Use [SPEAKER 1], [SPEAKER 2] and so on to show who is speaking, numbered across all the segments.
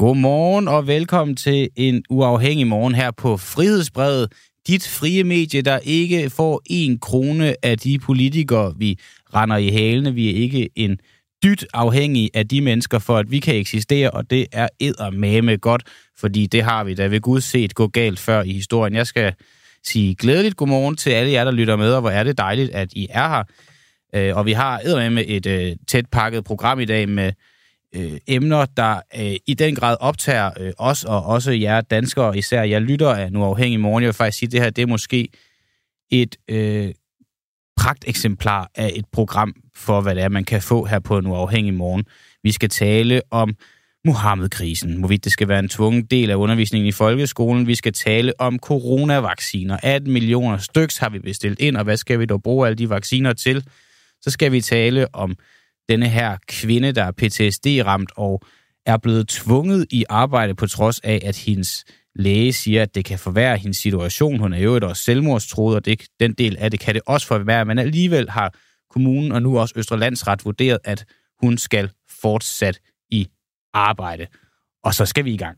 [SPEAKER 1] Godmorgen og velkommen til en uafhængig morgen her på Frihedsbrevet. Dit frie medie, der ikke får 1 krone af de politikere, vi render i hælene. Vi er ikke en dyt afhængige af de mennesker, for at vi kan eksistere, og det er eddermame godt, fordi det har vi da ved Gud set gå galt før i historien. Jeg skal sige glædeligt godmorgen til alle jer, der lytter med, og hvor er det dejligt, at I er her. Og vi har eddermame et tæt pakket program i dag med emner, der i den grad optager os og også jer danskere, især jer lytter af Nu Afhængig Morgen. Jeg vil faktisk sige, at det her det er måske et pragteksemplar af et program for, hvad det er, man kan få her på Nu Afhængig Morgen. Vi skal tale om Muhammed-krisen, hvorvidt det skal være en tvungen del af undervisningen i folkeskolen. Vi skal tale om coronavacciner. 18 millioner styks har vi bestilt ind, og hvad skal vi dog bruge alle de vacciner til? Så skal vi tale om denne her kvinde, der er PTSD-ramt og er blevet tvunget i arbejde på trods af, at hendes læge siger, at det kan forværre hendes situation. Hun er jo også selvmordstruet, og den del af det kan det også forværre, men alligevel har kommunen og nu også Østre Landsret vurderet, at hun skal fortsat i arbejde. Og så skal vi i gang.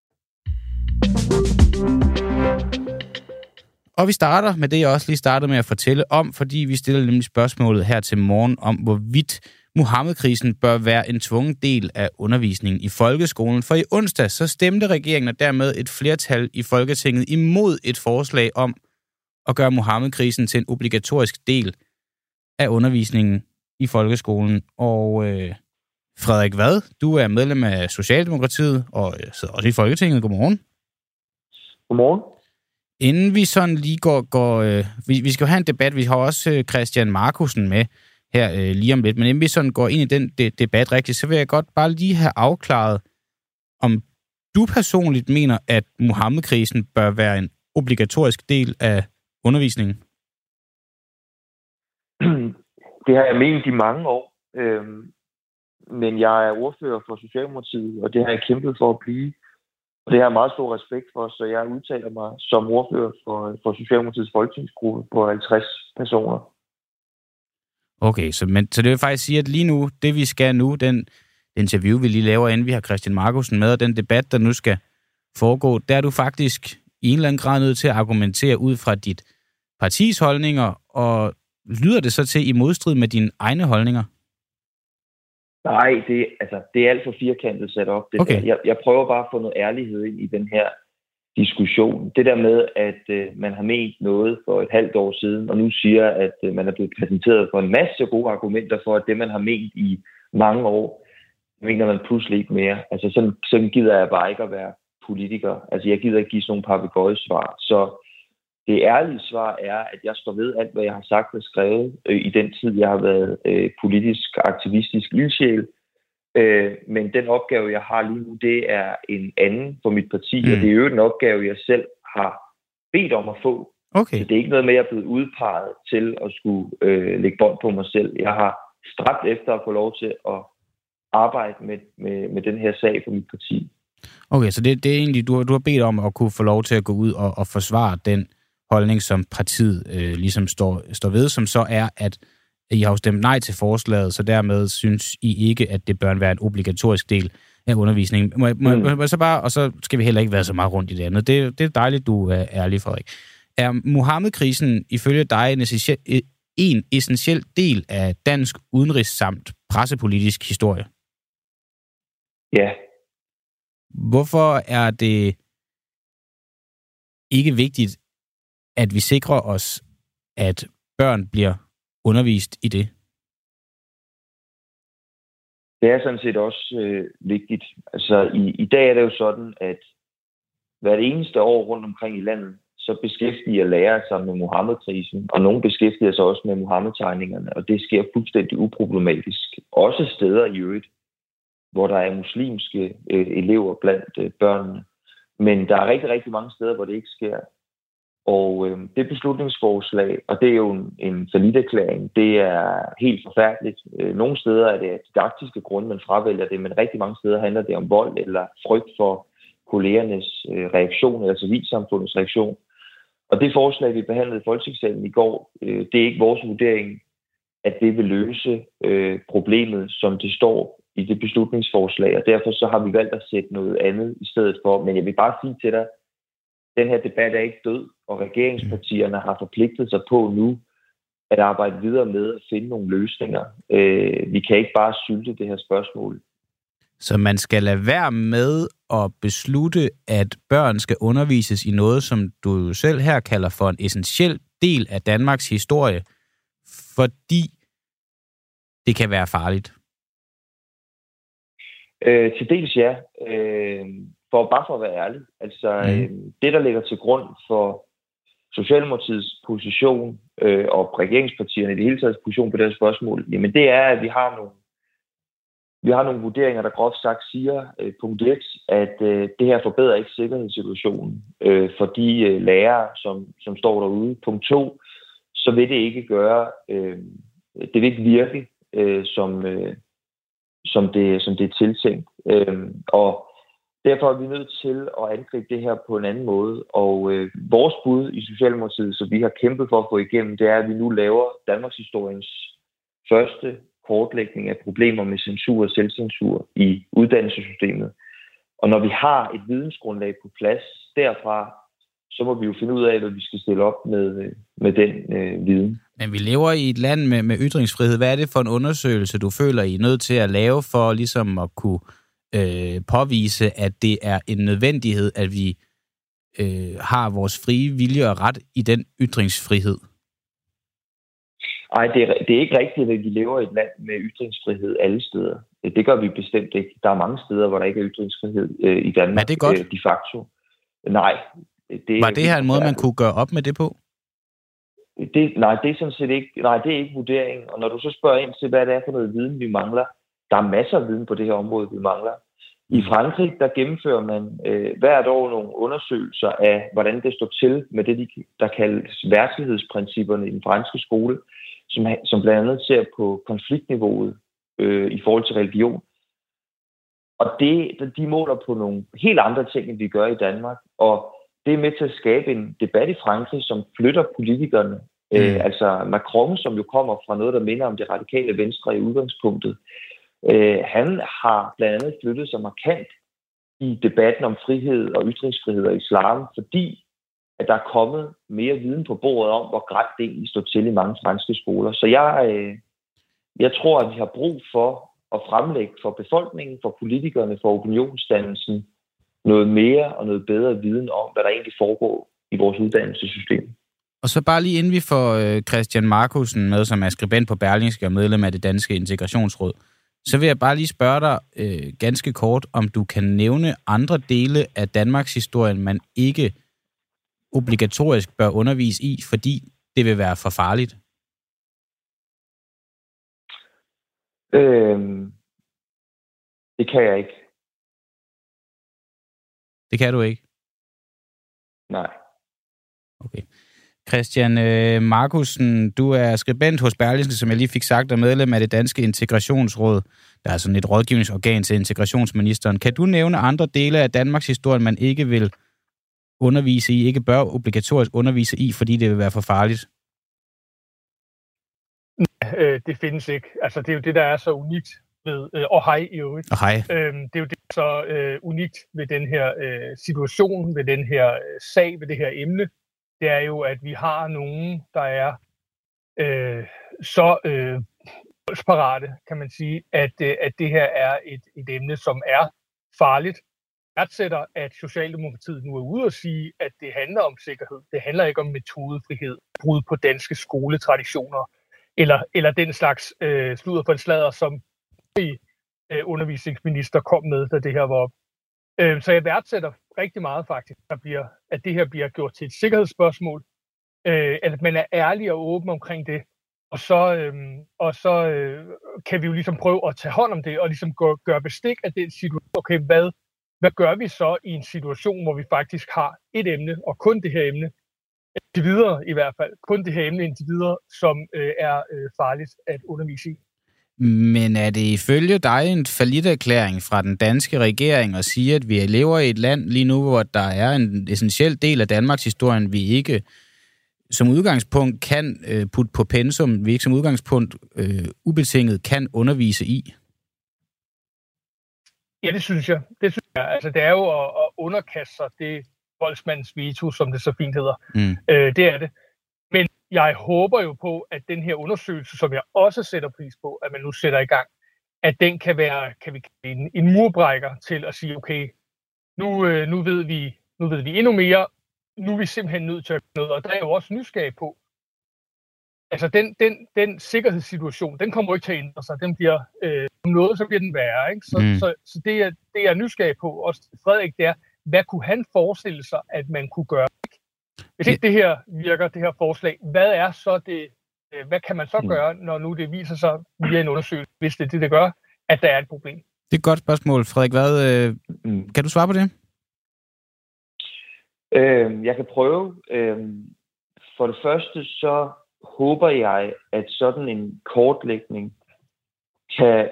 [SPEAKER 1] Og vi starter med det, jeg også lige startede med at fortælle om, fordi vi stiller nemlig spørgsmålet her til morgen om, hvorvidt Muhammed-krisen bør være en tvungen del af undervisningen i folkeskolen. For i onsdag så stemte regeringen og dermed et flertal i Folketinget imod et forslag om at gøre Muhammed-krisen til en obligatorisk del af undervisningen i folkeskolen. Og Frederik Vad, du er medlem af Socialdemokratiet og sidder også i Folketinget. Godmorgen.
[SPEAKER 2] Godmorgen.
[SPEAKER 1] Inden vi sådan lige vi skal jo have en debat. Vi har også Christian Markussen med her lige om lidt. Men inden vi sådan går ind i den debat rigtigt, så vil jeg godt bare lige have afklaret, om du personligt mener, at Muhammed-krisen bør være en obligatorisk del af undervisningen?
[SPEAKER 2] Det har jeg ment i mange år. Men jeg er ordfører for Socialdemokratiet, og det har jeg kæmpet for at blive. Og det har jeg meget stor respekt for, så jeg udtaler mig som ordfører for Socialdemokratiets folketingsgruppe på 50 personer.
[SPEAKER 1] Okay, så det vil faktisk sige, at lige nu, det vi skal nu, den interview, vi lige laver, inden vi har Christian Markussen med, og den debat, der nu skal foregå, der er du faktisk i en eller anden grad nødt til at argumentere ud fra dit partis holdninger, og lyder det så til i modstrid med dine egne holdninger?
[SPEAKER 2] Nej, det er alt for firkantet sat op. Okay. Jeg prøver bare at få noget ærlighed ind i den her diskussion. Det der med, at man har ment noget for et halvt år siden, og nu siger, at man er blevet præsenteret for en masse gode argumenter for, at det, man har ment i mange år, mener man pludselig ikke mere. Altså sådan gider jeg bare ikke at være politiker. Altså jeg gider ikke give sådan nogle papegøjesvar. Så det ærlige svar er, at jeg står ved alt, hvad jeg har sagt og skrevet i den tid, jeg har været politisk aktivistisk ildsjæl. Men den opgave, jeg har lige nu, det er en anden for mit parti, og det er jo en opgave, jeg selv har bedt om at få.
[SPEAKER 1] Okay.
[SPEAKER 2] Så det er ikke noget med, at jeg er blevet udpeget til at skulle lægge bånd på mig selv. Jeg har stræbt efter at få lov til at arbejde med den her sag for mit parti.
[SPEAKER 1] Okay, så det er egentlig, du har bedt om at kunne få lov til at gå ud og forsvare den holdning, som partiet ligesom står ved, som så er, at I har jo stemt nej til forslaget, så dermed synes I ikke, at det bør være en obligatorisk del af undervisningen. Må så bare, og så skal vi heller ikke være så meget rundt i det andet. Det er dejligt, du er ærlig, Frederik. Er Muhammed-krisen ifølge dig en essentiel del af dansk udenrigs- samt pressepolitisk historie?
[SPEAKER 2] Ja.
[SPEAKER 1] Hvorfor er det ikke vigtigt, at vi sikrer os, at børn bliver undervist i det?
[SPEAKER 2] Det er sådan set også vigtigt. Altså i dag er det jo sådan, at hvert eneste år rundt omkring i landet, så beskæftiger lærere sig med Muhammed-krisen, og nogen beskæftiger sig også med Muhammed-tegningerne, og det sker fuldstændig uproblematisk. Også steder i øvrigt, hvor der er muslimske elever blandt børnene. Men der er rigtig, rigtig mange steder, hvor det ikke sker. Og det beslutningsforslag, og det er jo en falliterklæring, det er helt forfærdeligt. Nogle steder er det af didaktiske grunde, man fravælger det, men rigtig mange steder handler det om vold eller frygt for kollegernes reaktion eller civilsamfundets reaktion. Og det forslag, vi behandlede i Folketingssalen i går, det er ikke vores vurdering, at det vil løse problemet, som det står i det beslutningsforslag, og derfor så har vi valgt at sætte noget andet i stedet for. Men jeg vil bare sige til dig, den her debat er ikke død, og regeringspartierne har forpligtet sig på nu at arbejde videre med at finde nogle løsninger. Vi kan ikke bare sylte det her spørgsmål.
[SPEAKER 1] Så man skal lade være med at beslutte, at børn skal undervises i noget, som du selv her kalder for en essentiel del af Danmarks historie, fordi det kan være farligt?
[SPEAKER 2] Til dels ja. Bare for at være ærlig. Altså, det, der ligger til grund for Socialdemokratiets position og regeringspartierne i det hele taget position på det her spørgsmål, jamen det er, at vi har nogle vurderinger, der groft sagt siger, punkt 1, at det her forbedrer ikke sikkerhedssituationen for de lærere, som står derude. Punkt 2, så vil det ikke gøre, det vil ikke virke, som det er tiltænkt. Og derfor er vi nødt til at angribe det her på en anden måde. Og vores bud i Socialdemokratiet, som vi har kæmpet for at få igennem, det er, at vi nu laver Danmarks historiens første kortlægning af problemer med censur og selvcensur i uddannelsessystemet. Og når vi har et vidensgrundlag på plads derfra, så må vi jo finde ud af, hvad vi skal stille op med den viden.
[SPEAKER 1] Men vi lever i et land med ytringsfrihed. Hvad er det for en undersøgelse, du føler, I er nødt til at lave for ligesom at kunne påvise, at det er en nødvendighed, at vi har vores frie vilje og ret i den ytringsfrihed?
[SPEAKER 2] Nej, det er ikke rigtigt, at vi lever i et land med ytringsfrihed alle steder. Det gør vi bestemt ikke. Der er mange steder, hvor der ikke er ytringsfrihed i Danmark.
[SPEAKER 1] Er det godt?
[SPEAKER 2] De facto. Nej.
[SPEAKER 1] Var det her en måde, man kunne gøre op med det på?
[SPEAKER 2] Nej, det er sådan set ikke. Nej, det er ikke vurderingen. Og når du så spørger ind til, hvad det er for noget viden, vi mangler, der er masser af viden på det her område, vi mangler. I Frankrig, der gennemfører man hvert år nogle undersøgelser af, hvordan det står til med det, der kaldes verdslighedsprincipperne i den franske skole, som blandt andet ser på konfliktniveauet i forhold til religion. Og de måler på nogle helt andre ting, end vi gør i Danmark. Og det er med til at skabe en debat i Frankrig, som flytter politikerne. Altså Macron, som jo kommer fra noget, der minder om det radikale venstre i udgangspunktet, han har blandt andet flyttet sig markant i debatten om frihed og ytringsfrihed og islam, fordi at der er kommet mere viden på bordet om, hvor grelt det egentlig står til i mange franske skoler. Så jeg tror, at vi har brug for at fremlægge for befolkningen, for politikerne, for opinionsdannelsen noget mere og noget bedre viden om, hvad der egentlig foregår i vores uddannelsessystem.
[SPEAKER 1] Og så bare lige inden vi får Christian Marcussen med, som er skribent på Berlingske og medlem af det danske integrationsråd, så vil jeg bare lige spørge dig ganske kort, om du kan nævne andre dele af Danmarks historien, man ikke obligatorisk bør undervise i, fordi det vil være for farligt?
[SPEAKER 2] Det kan jeg ikke.
[SPEAKER 1] Det kan du ikke?
[SPEAKER 2] Nej.
[SPEAKER 1] Okay. Christian Marcussen, du er skribent hos Berlingske, som jeg lige fik sagt, og medlem af det danske integrationsråd. Der er sådan et rådgivningsorgan til integrationsministeren. Kan du nævne andre dele af Danmarks historie, man ikke vil undervise i, ikke bør obligatorisk undervise i, fordi det vil være for farligt?
[SPEAKER 3] Det findes ikke. Altså, det er jo det, der er så unikt ved, og hej i øvrigt.
[SPEAKER 1] Og hej.
[SPEAKER 3] Det er jo det, der er så unikt ved den her situation, ved den her sag, ved det her emne. Det er jo, at vi har nogen, der er så voldsparate, kan man sige, at det her er et emne, som er farligt. Jeg sætter, at Socialdemokratiet nu er ude og sige, at det handler om sikkerhed. Det handler ikke om metodefrihed, brud på danske skoletraditioner, eller den slags sludder for en sladder, som undervisningsminister kom med, da det her var op. Så jeg værdsætter rigtig meget faktisk, at det her bliver gjort til et sikkerhedsspørgsmål, at man er ærlig og åben omkring det, og så kan vi jo ligesom prøve at tage hånd om det, og ligesom gøre bestik af den situation. Okay, hvad gør vi så i en situation, hvor vi faktisk har et emne, og kun det her emne, indtil videre i hvert fald, kun det her emne indtil videre, som er farligt at undervise i.
[SPEAKER 1] Men er det ifølge dig en falliterklæring fra den danske regering at sige, at vi lever i et land lige nu, hvor der er en essentiel del af Danmarks historien, vi ikke som udgangspunkt kan putte på pensum, vi ikke som udgangspunkt ubetinget kan undervise i?
[SPEAKER 3] Ja, det synes jeg. Altså, det er jo at underkaste sig det voldsmandens veto, som det så fint hedder. Det er det. Men jeg håber jo på, at den her undersøgelse, som jeg også sætter pris på, at man nu sætter i gang, at den kan være en murbrækker til at sige, okay, nu ved vi endnu mere, nu er vi simpelthen nødt til at gøre noget, og der er jo også nysgerrig på. Altså den sikkerhedssituation, den kommer jo ikke til at ændre sig, den bliver noget, så bliver den værre, ikke? Så det jeg er nysgerrig på, også til Frederik, det er, hvad kunne han forestille sig, at man kunne gøre? Hvis ikke det her virker, det her forslag, hvad kan man så gøre, når nu det viser sig via en undersøgelse, hvis det er det gør, at der er et problem?
[SPEAKER 1] Det er et godt spørgsmål, Frederik. Kan du svare på det?
[SPEAKER 2] Jeg kan prøve. For det første, så håber jeg, at sådan en kortlægning kan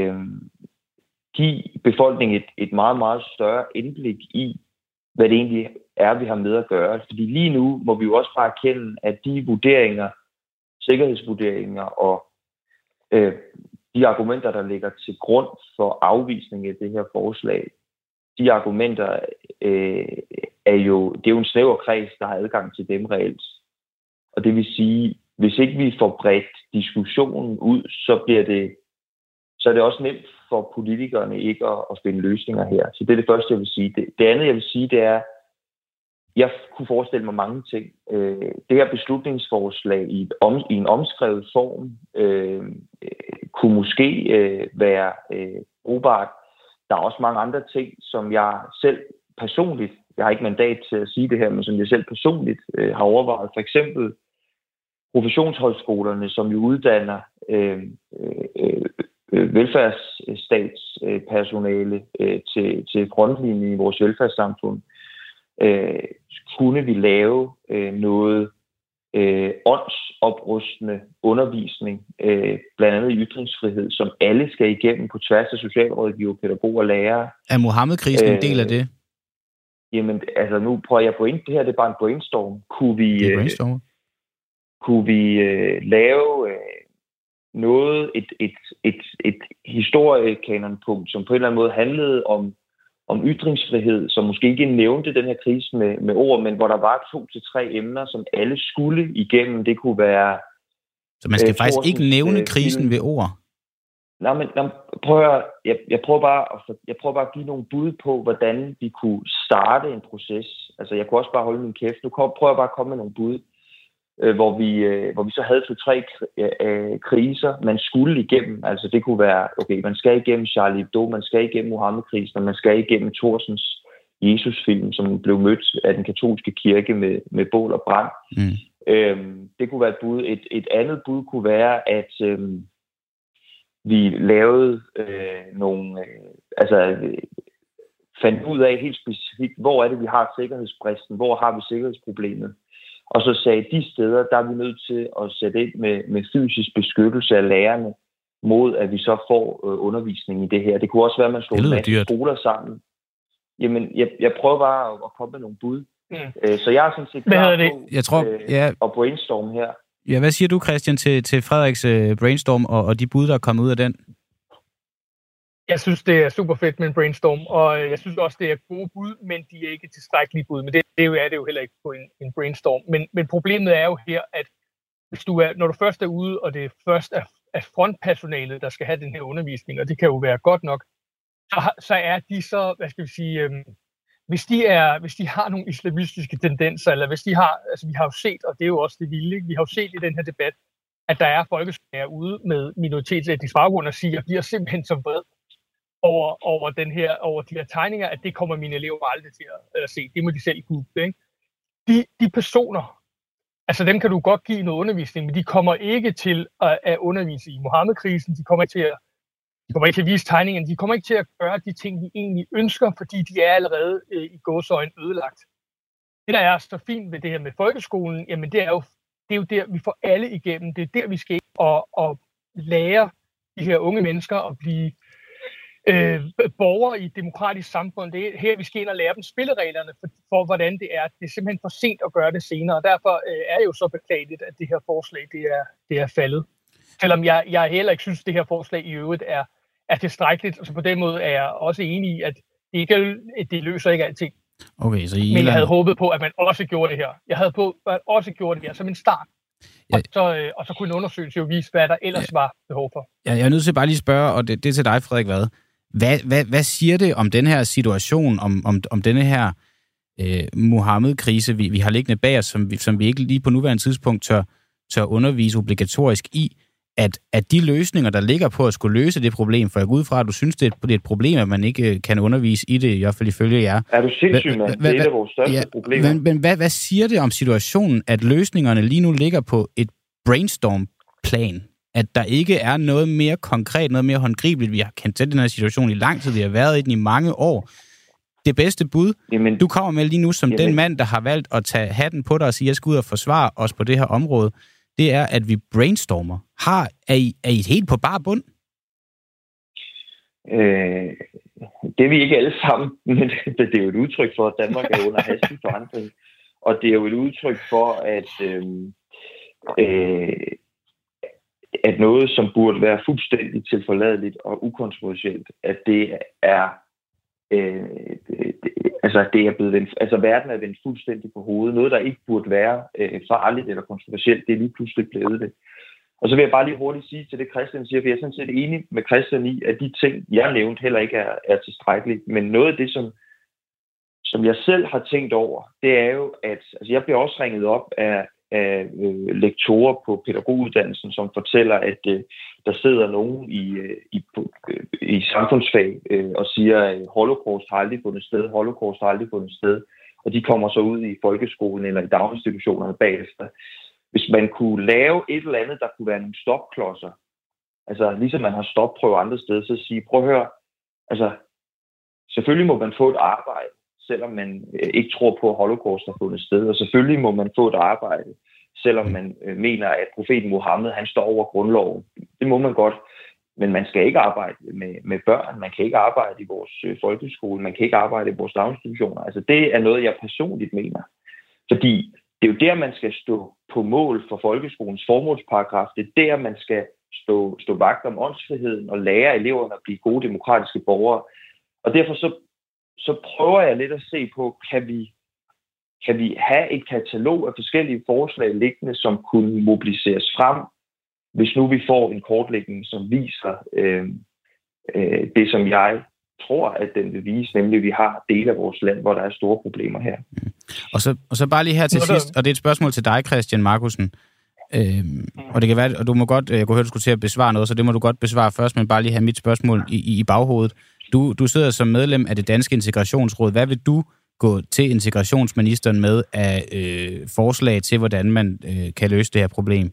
[SPEAKER 2] give befolkningen et meget, meget større indblik i, hvad det egentlig er, vi har med at gøre. Fordi lige nu må vi jo også bare erkende, at de vurderinger, sikkerhedsvurderinger og de argumenter, der ligger til grund for afvisning af det her forslag, de argumenter er jo en snæver kreds, der har adgang til dem reelt. Og det vil sige, hvis ikke vi får bredt diskussionen ud, så er det også nemt for politikerne ikke at finde løsninger her. Så det er det første, jeg vil sige. Det andet, jeg vil sige, det er, jeg kunne forestille mig mange ting. Det her beslutningsforslag i en omskrevet form kunne måske være brugbart. Der er også mange andre ting, som jeg selv personligt, jeg har ikke mandat til at sige det her, men som jeg selv personligt har overvejet. For eksempel professionshøjskolerne, som jo uddanner velfærdsstatspersonale til frontlinjen i vores velfærdssamfund. Kunne vi lave noget åndsoprustende undervisning, blandt andet i ytringsfrihed, som alle skal igennem på tværs af socialrådgiver, pædagoger og lærere.
[SPEAKER 1] Er Muhammedkrisen en del af det?
[SPEAKER 2] Jamen, altså nu prøver jeg det her, det er bare en brainstorm. Kunne vi lave noget, et historiekanonpunkt, som på en eller anden måde handlede om ytringsfrihed, som måske ikke nævnte den her krise med ord, men hvor der var 2 til 3 emner, som alle skulle igennem. Det kunne være...
[SPEAKER 1] Så man skal faktisk ikke nævne krisen ved ord?
[SPEAKER 2] Nej, men prøv at høre. Jeg prøver bare at give nogle bud på, hvordan vi kunne starte en proces. Altså, jeg kunne også bare holde min kæft. Nu prøver jeg bare at komme med nogle bud, hvor vi så havde 2-3 kriser, man skulle igennem. Altså, det kunne være, okay, man skal igennem Charlie Hebdo, man skal igennem Muhammedkrisen, og man skal igennem Thorsens Jesus-film, som blev mødt af den katolske kirke med bål og brand. Det kunne være et bud. Et andet bud kunne være, at vi lavede fandt ud af helt specifikt, hvor er det, vi har sikkerhedsbristen, hvor har vi sikkerhedsproblemet. Og så sagde, de steder, der er vi nødt til at sætte ind med fysisk beskyttelse af lærerne, mod at vi så får undervisning i det her. Det kunne også være, at man slår en masse skoler sammen. Jamen, jeg prøver bare at komme med nogle bud. Så jeg er sådan set klar på at brainstorme her.
[SPEAKER 1] Ja, hvad siger du, Christian, til Frederiks brainstorm og de bud, der er kommet ud af den?
[SPEAKER 3] Jeg synes, det er super fedt med en brainstorm, og jeg synes også, det er gode bud, men de er ikke tilstrækkelige bud. Men det er det jo heller ikke på en brainstorm. Men problemet er jo her, at hvis når du først er ude, og det først er frontpersonalet, der skal have den her undervisning, og det kan jo være godt nok, så er de så, hvad skal vi sige, hvis de har nogle islamistiske tendenser, eller hvis de har, altså vi har jo set, og det er jo også det vilde, vi har jo set i den her debat, at der er folkeskoler ude med minoritetsetnisk baggrund og siger, at de er simpelthen så vred over de her tegninger, at det kommer mine elever aldrig til at se. Det må de selv google, ikke? De personer, altså dem kan du godt give noget undervisning, men de kommer ikke til at undervise i Muhammedkrisen, de kommer ikke til at vise tegningerne, de kommer ikke til at gøre de ting, de egentlig ønsker, fordi de er allerede i gåseøjne ødelagt. Det, der er så fint ved det her med folkeskolen, jamen det er jo der, vi får alle igennem. Det er der, vi skal og lære de her unge mennesker at blive borgere i et demokratisk samfund. Det er her, vi skal ind og lære dem spillereglerne for hvordan det er. Det er simpelthen for sent at gøre det senere, og derfor er det jo så beklageligt, at det her forslag det er faldet. Selvom jeg heller ikke synes, at det her forslag i øvrigt er tilstrækkeligt. Og så på den måde er jeg også enig i, at det løser ikke alting.
[SPEAKER 1] Okay, så
[SPEAKER 3] men jeg havde håbet på, at man også gjorde det her. Jeg havde håbet på, at man også gjorde det her som en start. Ja. Og så kunne en undersøgelse jo vise, hvad der ellers var behov for. Ja,
[SPEAKER 1] jeg er nødt til bare lige at spørge, og det er til dig, Frederik Vad. Hvad siger det om den her situation, om denne her Muhammed-krise, vi har liggende bag os, som vi ikke lige på nuværende tidspunkt tør undervise obligatorisk i, at de løsninger, der ligger på at skulle løse det problem, for jeg går ud fra, at du synes, det er et problem, at man ikke kan undervise i det, i hvert fald ifølge jer.
[SPEAKER 2] Er du sindssyg, mand? Det er et af vores største problemer.
[SPEAKER 1] Men hvad siger det om situationen, at løsningerne lige nu ligger på et brainstorm-plan? At der ikke er noget mere konkret, noget mere håndgribeligt. Vi har kendt til den her situation i lang tid, vi har været i den i mange år. Det bedste bud, du kommer med lige nu som den mand, der har valgt at tage hatten på dig og sige, at jeg skal ud og forsvare os på det her område, det er, at vi brainstormer. Er I helt på bar bund?
[SPEAKER 2] Det er vi ikke alle sammen, men det er jo et udtryk for, at Danmark er under hastig forandring. Og det er jo et udtryk for, at noget, som burde være fuldstændig tilforladeligt og ukontroversielt, at det er verden er vendt fuldstændig på hovedet. Noget, der ikke burde være farligt eller kontroversielt, det er lige pludselig blevet det. Og så vil jeg bare lige hurtigt sige til det, Christian siger, for jeg er sådan set enig med Christian i, at de ting, jeg nævnte, heller ikke er tilstrækkeligt. Men noget af det, som jeg selv har tænkt over, det er jo, at jeg bliver også ringet op af lektorer på pædagoguddannelsen, som fortæller, at der sidder nogen i samfundsfag og siger, at holocaust har aldrig fundet sted, og de kommer så ud i folkeskolen eller i daginstitutionerne bagefter. Hvis man kunne lave et eller andet, der kunne være nogle stopklodser, altså ligesom man har stopprøver andre steder, så sige, prøv at høre, altså selvfølgelig må man få et arbejde, selvom man ikke tror på, at holocaust har fundet sted, og selvfølgelig må man få et arbejde, selvom man mener, at profeten Muhammed, han står over grundloven. Det må man godt, men man skal ikke arbejde med børn, man kan ikke arbejde i vores folkeskole, man kan ikke arbejde i vores daginstitutioner. Altså det er noget, jeg personligt mener. Fordi det er jo der, man skal stå på mål for folkeskolens formålsparagraf. Det er der, man skal stå vagt om åndsfriheden og lære eleverne at blive gode demokratiske borgere. Og derfor så prøver jeg lidt at se på, kan vi have et katalog af forskellige forslag liggende, som kunne mobiliseres frem, hvis nu vi får en kortlægning, som viser det, som jeg tror, at den vil vise, nemlig at vi har dele af vores land, hvor der er store problemer her.
[SPEAKER 1] Og så bare lige her til sidst, og det er et spørgsmål til dig, Christian Markussen. Og det kan være, og du må godt, jeg kunne høre, du skulle til at besvare noget, så det må du godt besvare først, men bare lige have mit spørgsmål i baghovedet. Du sidder som medlem af det danske integrationsråd. Hvad vil du gå til integrationsministeren med af forslag til, hvordan man kan løse det her problem?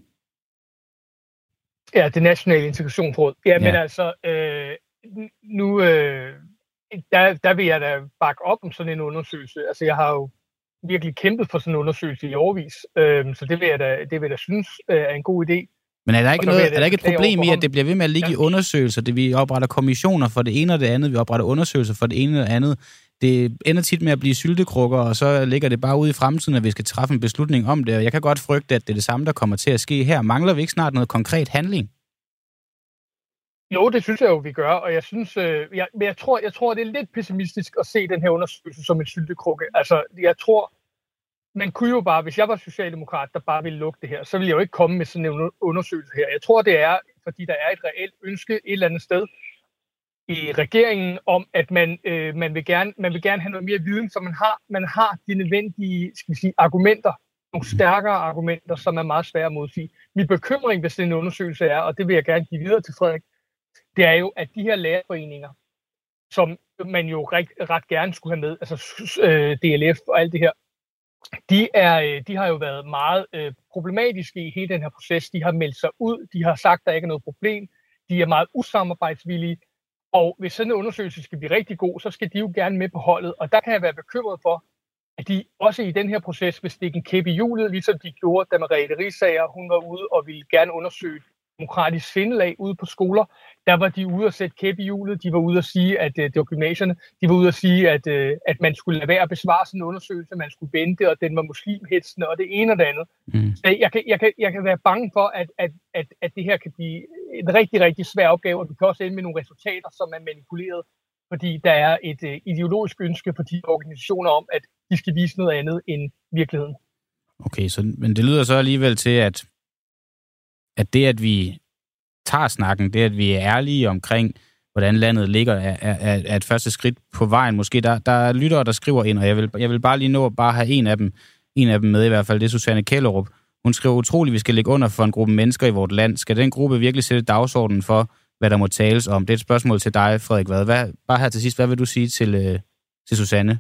[SPEAKER 3] Ja, det nationale integrationsråd. Ja, men altså, nu der vil jeg da bakke op om sådan en undersøgelse. Altså, jeg har jo virkelig kæmpet for sådan en undersøgelse i årevis, så det vil jeg da synes er en god idé.
[SPEAKER 1] Men er der ikke et problem i, at det bliver ved med at ligge i undersøgelser? Vi opretter kommissioner for det ene og det andet, vi opretter undersøgelser for det ene og det andet. Det ender tit med at blive syltekrukker, og så ligger det bare ude i fremtiden, at vi skal træffe en beslutning om det. Og jeg kan godt frygte, at det er det samme, der kommer til at ske her. Mangler vi ikke snart noget konkret handling?
[SPEAKER 3] Jo, det synes jeg jo, vi gør, og jeg synes, men jeg tror, det er lidt pessimistisk at se den her undersøgelse som en syltekrukke. Altså, jeg tror, man kunne jo bare, hvis jeg var socialdemokrat, der bare ville lukke det her, så ville jeg jo ikke komme med sådan en undersøgelse her. Jeg tror, det er, fordi der er et reelt ønske et eller andet sted i regeringen om, at man vil gerne have noget mere viden, så man har de nødvendige, skal vi sige, argumenter, nogle stærkere argumenter, som er meget svære at modsige. Min bekymring ved sådan en undersøgelse er, og det vil jeg gerne give videre til Frederik, det er jo, at de her lærerforeninger, som man jo ret gerne skulle have med, altså DLF og alt det her, de har jo været meget problematiske i hele den her proces. De har meldt sig ud, de har sagt, at der ikke er noget problem, de er meget usamarbejdsvillige, og hvis sådan en undersøgelse skal blive rigtig god, så skal de jo gerne med på holdet, og der kan jeg være bekymret for, at de også i den her proces vil stikke en kæp i hjulet, ligesom de gjorde, da Merete Riisager, hun var ude og ville gerne undersøge demokratisk sindelag ude på skoler, der var de ude at sætte kæp i hjulet. De var ude at sige, at det var gymnasierne. De var ude at sige, at man skulle lade være at besvare sådan en undersøgelse, man skulle vente, og den var muslimhetsende, og det ene og det andet. Så jeg kan være bange for, at det her kan blive en rigtig, rigtig svær opgave, og vi kan også ende med nogle resultater, som er manipuleret, fordi der er et ideologisk ønske for de organisationer om, at de skal vise noget andet end virkeligheden. Okay,
[SPEAKER 1] men det lyder så alligevel til, at det, at vi tager snakken, det, at vi er ærlige omkring, hvordan landet ligger, er et første skridt på vejen. Måske der er lyttere, der skriver ind, og jeg vil bare lige nå at have en af dem med i hvert fald. Det er Susanne Kjellerup. Hun skriver utroligt, vi skal ligge under for en gruppe mennesker i vort land. Skal den gruppe virkelig sætte dagsordenen for, hvad der må tales om? Det er et spørgsmål til dig, Frederik Vad. Bare her til sidst, hvad vil du sige til Susanne?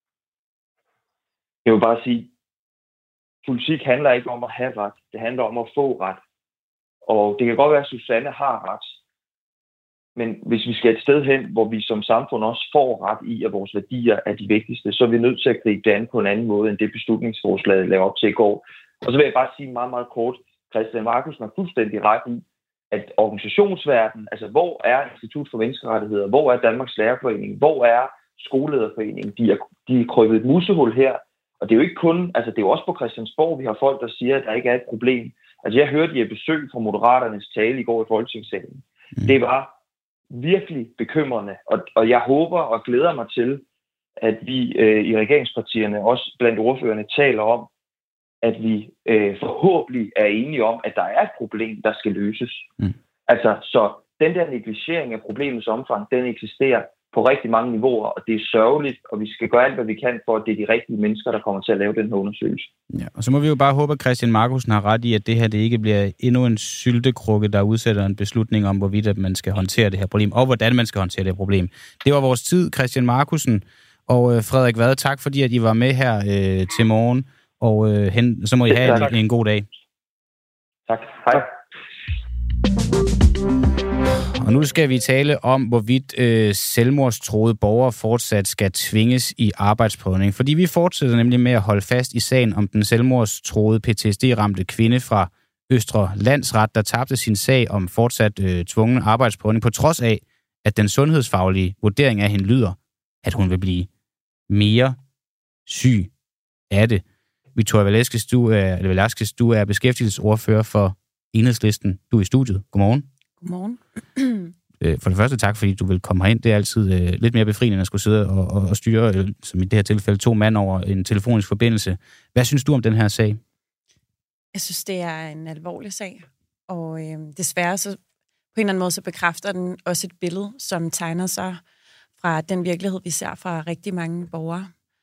[SPEAKER 2] Jeg vil bare sige, politik handler ikke om at have ret. Det handler om at få ret. Og det kan godt være, at Susanne har ret. Men hvis vi skal et sted hen, hvor vi som samfund også får ret i, at vores værdier er de vigtigste, så er vi nødt til at gribe det an på en anden måde, end det beslutningsforslaget lavede op til i går. Og så vil jeg bare sige meget, meget kort, Christian Marcussen har fuldstændig ret i, at organisationsverdenen, altså hvor er Institut for Menneskerettigheder, hvor er Danmarks Lærerforening, hvor er Skolelederforeningen, de er krøbet et musehul her. Og det er jo ikke kun, altså det er jo også på Christiansborg, vi har folk, der siger, at der ikke er et problem. Altså jeg hørte et besøg fra Moderaternes tale i går i Folketingssalen. Det var virkelig bekymrende, og jeg håber og glæder mig til, at vi i regeringspartierne, også blandt ordførerne, taler om, at vi forhåbentlig er enige om, at der er et problem, der skal løses. Altså, så den der negligering af problemets omfang, den eksisterer på rigtig mange niveauer, og det er sørgeligt, og vi skal gøre alt, hvad vi kan for, at det er de rigtige mennesker, der kommer til at lave den her undersøgelse. Ja,
[SPEAKER 1] og så må vi jo bare håbe, at Christian Marcussen har ret i, at det her det ikke bliver endnu en syltekrukke, der udsætter en beslutning om, hvorvidt at man skal håndtere det her problem, og hvordan man skal håndtere det her problem. Det var vores tid, Christian Marcussen og Frederik Vad. Tak fordi, at I var med her til morgen, og så må I have en god dag.
[SPEAKER 2] Tak. Hej.
[SPEAKER 1] Og nu skal vi tale om, hvorvidt selvmordstruede borgere fortsat skal tvinges i arbejdsprøvning. Fordi vi fortsætter nemlig med at holde fast i sagen om den selvmordstruede PTSD-ramte kvinde fra Østre Landsret, der tabte sin sag om fortsat tvungen arbejdsprøvning, på trods af, at den sundhedsfaglige vurdering af hende lyder, at hun vil blive mere syg af det. Victoria Velasquez, du er beskæftigelsesordfører for Enhedslisten. Du er i studiet. Godmorgen.
[SPEAKER 4] Godmorgen.
[SPEAKER 1] For det første tak, fordi du vil komme herind. Det er altid lidt mere befriende, end at skulle sidde og styre, som i det her tilfælde, 2 mand over en telefonisk forbindelse. Hvad synes du om den her sag?
[SPEAKER 4] Jeg synes, det er en alvorlig sag, og desværre så på en eller anden måde så bekræfter den også et billede, som tegner sig fra den virkelighed, vi ser fra rigtig mange borgere.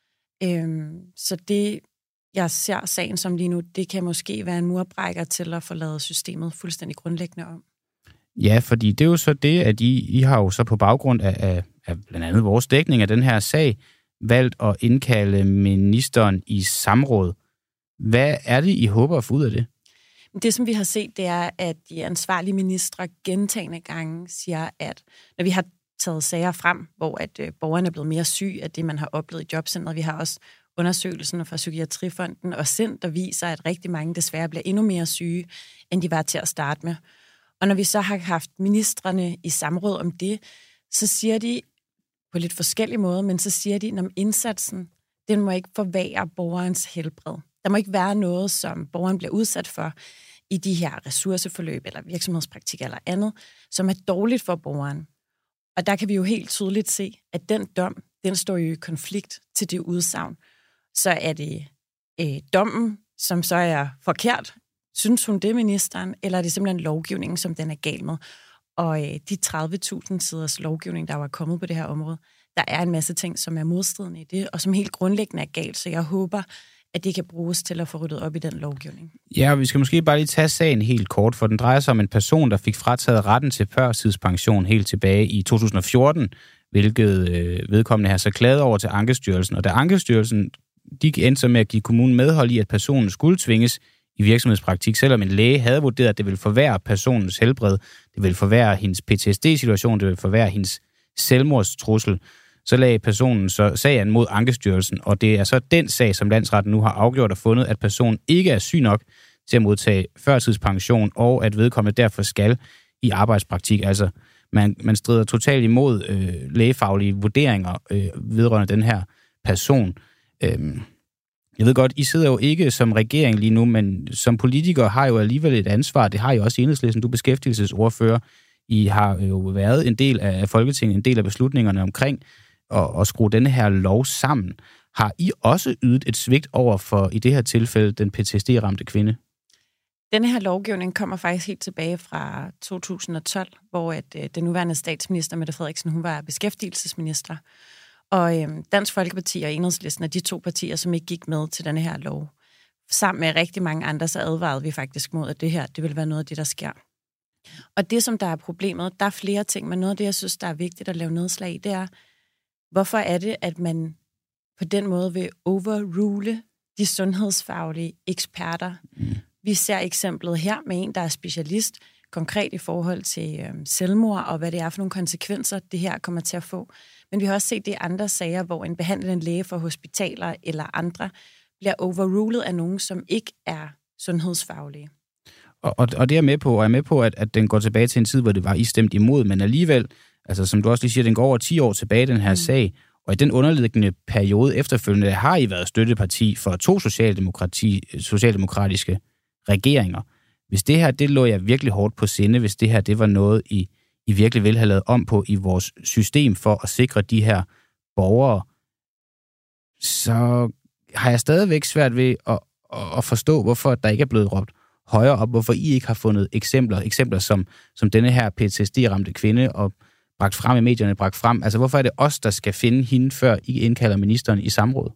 [SPEAKER 4] Så det, jeg ser sagen som lige nu, det kan måske være en murbrækker til at få lavet systemet fuldstændig grundlæggende om.
[SPEAKER 1] Ja, fordi det er jo så det, at I har jo så på baggrund af blandt andet vores dækning af den her sag, valgt at indkalde ministeren i samråd. Hvad er det, I håber at få ud af det?
[SPEAKER 4] Det, som vi har set, det er, at de ansvarlige ministre gentagne gange siger, at når vi har taget sager frem, hvor at borgerne er blevet mere syge af det, man har oplevet i jobcentret, vi har også undersøgelsen fra Psykiatrifonden og SIND, der viser, at rigtig mange desværre bliver endnu mere syge, end de var til at starte med. Og når vi så har haft ministrene i samråd om det, så siger de på lidt forskellige måder, men så siger de, at indsatsen, den må ikke forværre borgerens helbred. Der må ikke være noget, som borgeren bliver udsat for i de her ressourceforløb eller virksomhedspraktik eller andet, som er dårligt for borgeren. Og der kan vi jo helt tydeligt se, at den dom, den står jo i konflikt til det udsagn. Så er det dommen, som så er forkert. Synes hun det, ministeren, eller er det simpelthen lovgivningen, som den er gal med? Og de 30.000 siders lovgivning, der var kommet på det her område, der er en masse ting, som er modstridende i det, og som helt grundlæggende er galt. Så jeg håber, at det kan bruges til at få ryddet op i den lovgivning. Ja, vi skal måske bare lige tage sagen helt kort, for den drejer sig om en person, der fik frataget retten til førtidspension helt tilbage i 2014, hvilket vedkommende har så klaget over til Ankestyrelsen. Og da Ankestyrelsen, de endte så med at give kommunen medhold i, at personen skulle tvinges i virksomhedspraktik, selvom en læge havde vurderet, at det ville forværre personens helbred, det ville forværre hendes PTSD-situation, det ville forværre hendes selvmordstrussel, så lagde personen så sagen mod Ankestyrelsen, og det er så den sag, som landsretten nu har afgjort og fundet, at personen ikke er syg nok
[SPEAKER 1] til at modtage førtidspension, og at vedkommende derfor skal i arbejdspraktik. Altså, man strider totalt imod lægefaglige vurderinger vedrørende den her person. Jeg ved godt, I sidder jo ikke som regering lige nu, men som politikere har jo alligevel et ansvar. Det har I også i Enhedslisten. Du er beskæftigelsesordfører. I har jo været en del af Folketinget, en del af beslutningerne omkring at skrue denne her lov sammen. Har I også ydet et svigt over for, i det her tilfælde, den PTSD-ramte kvinde?
[SPEAKER 4] Denne her lovgivning kommer faktisk helt tilbage fra 2012, hvor den nuværende statsminister, Mette Frederiksen, hun var beskæftigelsesminister. Og Dansk Folkeparti og Enhedslisten er de to partier, som ikke gik med til denne her lov. Sammen med rigtig mange andre, så advarede vi faktisk mod, at det her, det vil være noget af det, der sker. Og det, som der er problemet, der er flere ting, men noget af det, jeg synes, der er vigtigt at lave nedslag i, det er, hvorfor er det, at man på den måde vil overrule de sundhedsfaglige eksperter? Vi ser eksemplet her med en, der er specialist, konkret i forhold til selvmord, og hvad det er for nogle konsekvenser, det her kommer til at få. Men vi har også set det i andre sager, hvor en behandlende læge for hospitaler eller andre bliver overrulet af nogen, som ikke er sundhedsfaglige.
[SPEAKER 1] Og det er jeg med på, og jeg er med på, at den går tilbage til en tid, hvor det var I stemt imod, men alligevel, altså som du også lige siger, den går over 10 år tilbage, den her sag, og i den underliggende periode efterfølgende har I været støtteparti for 2 socialdemokratiske regeringer. Hvis det her, det lå jeg virkelig hårdt på sinde, hvis det her, det var noget, I virkelig ville have lavet om på i vores system for at sikre de her borgere, så har jeg stadigvæk svært ved at forstå, hvorfor der ikke er blevet råbt højere op, hvorfor I ikke har fundet eksempler som denne her PTSD-ramte kvinde og bragt frem i medierne, Altså, hvorfor er det os, der skal finde hende, før I indkalder ministeren i samråd?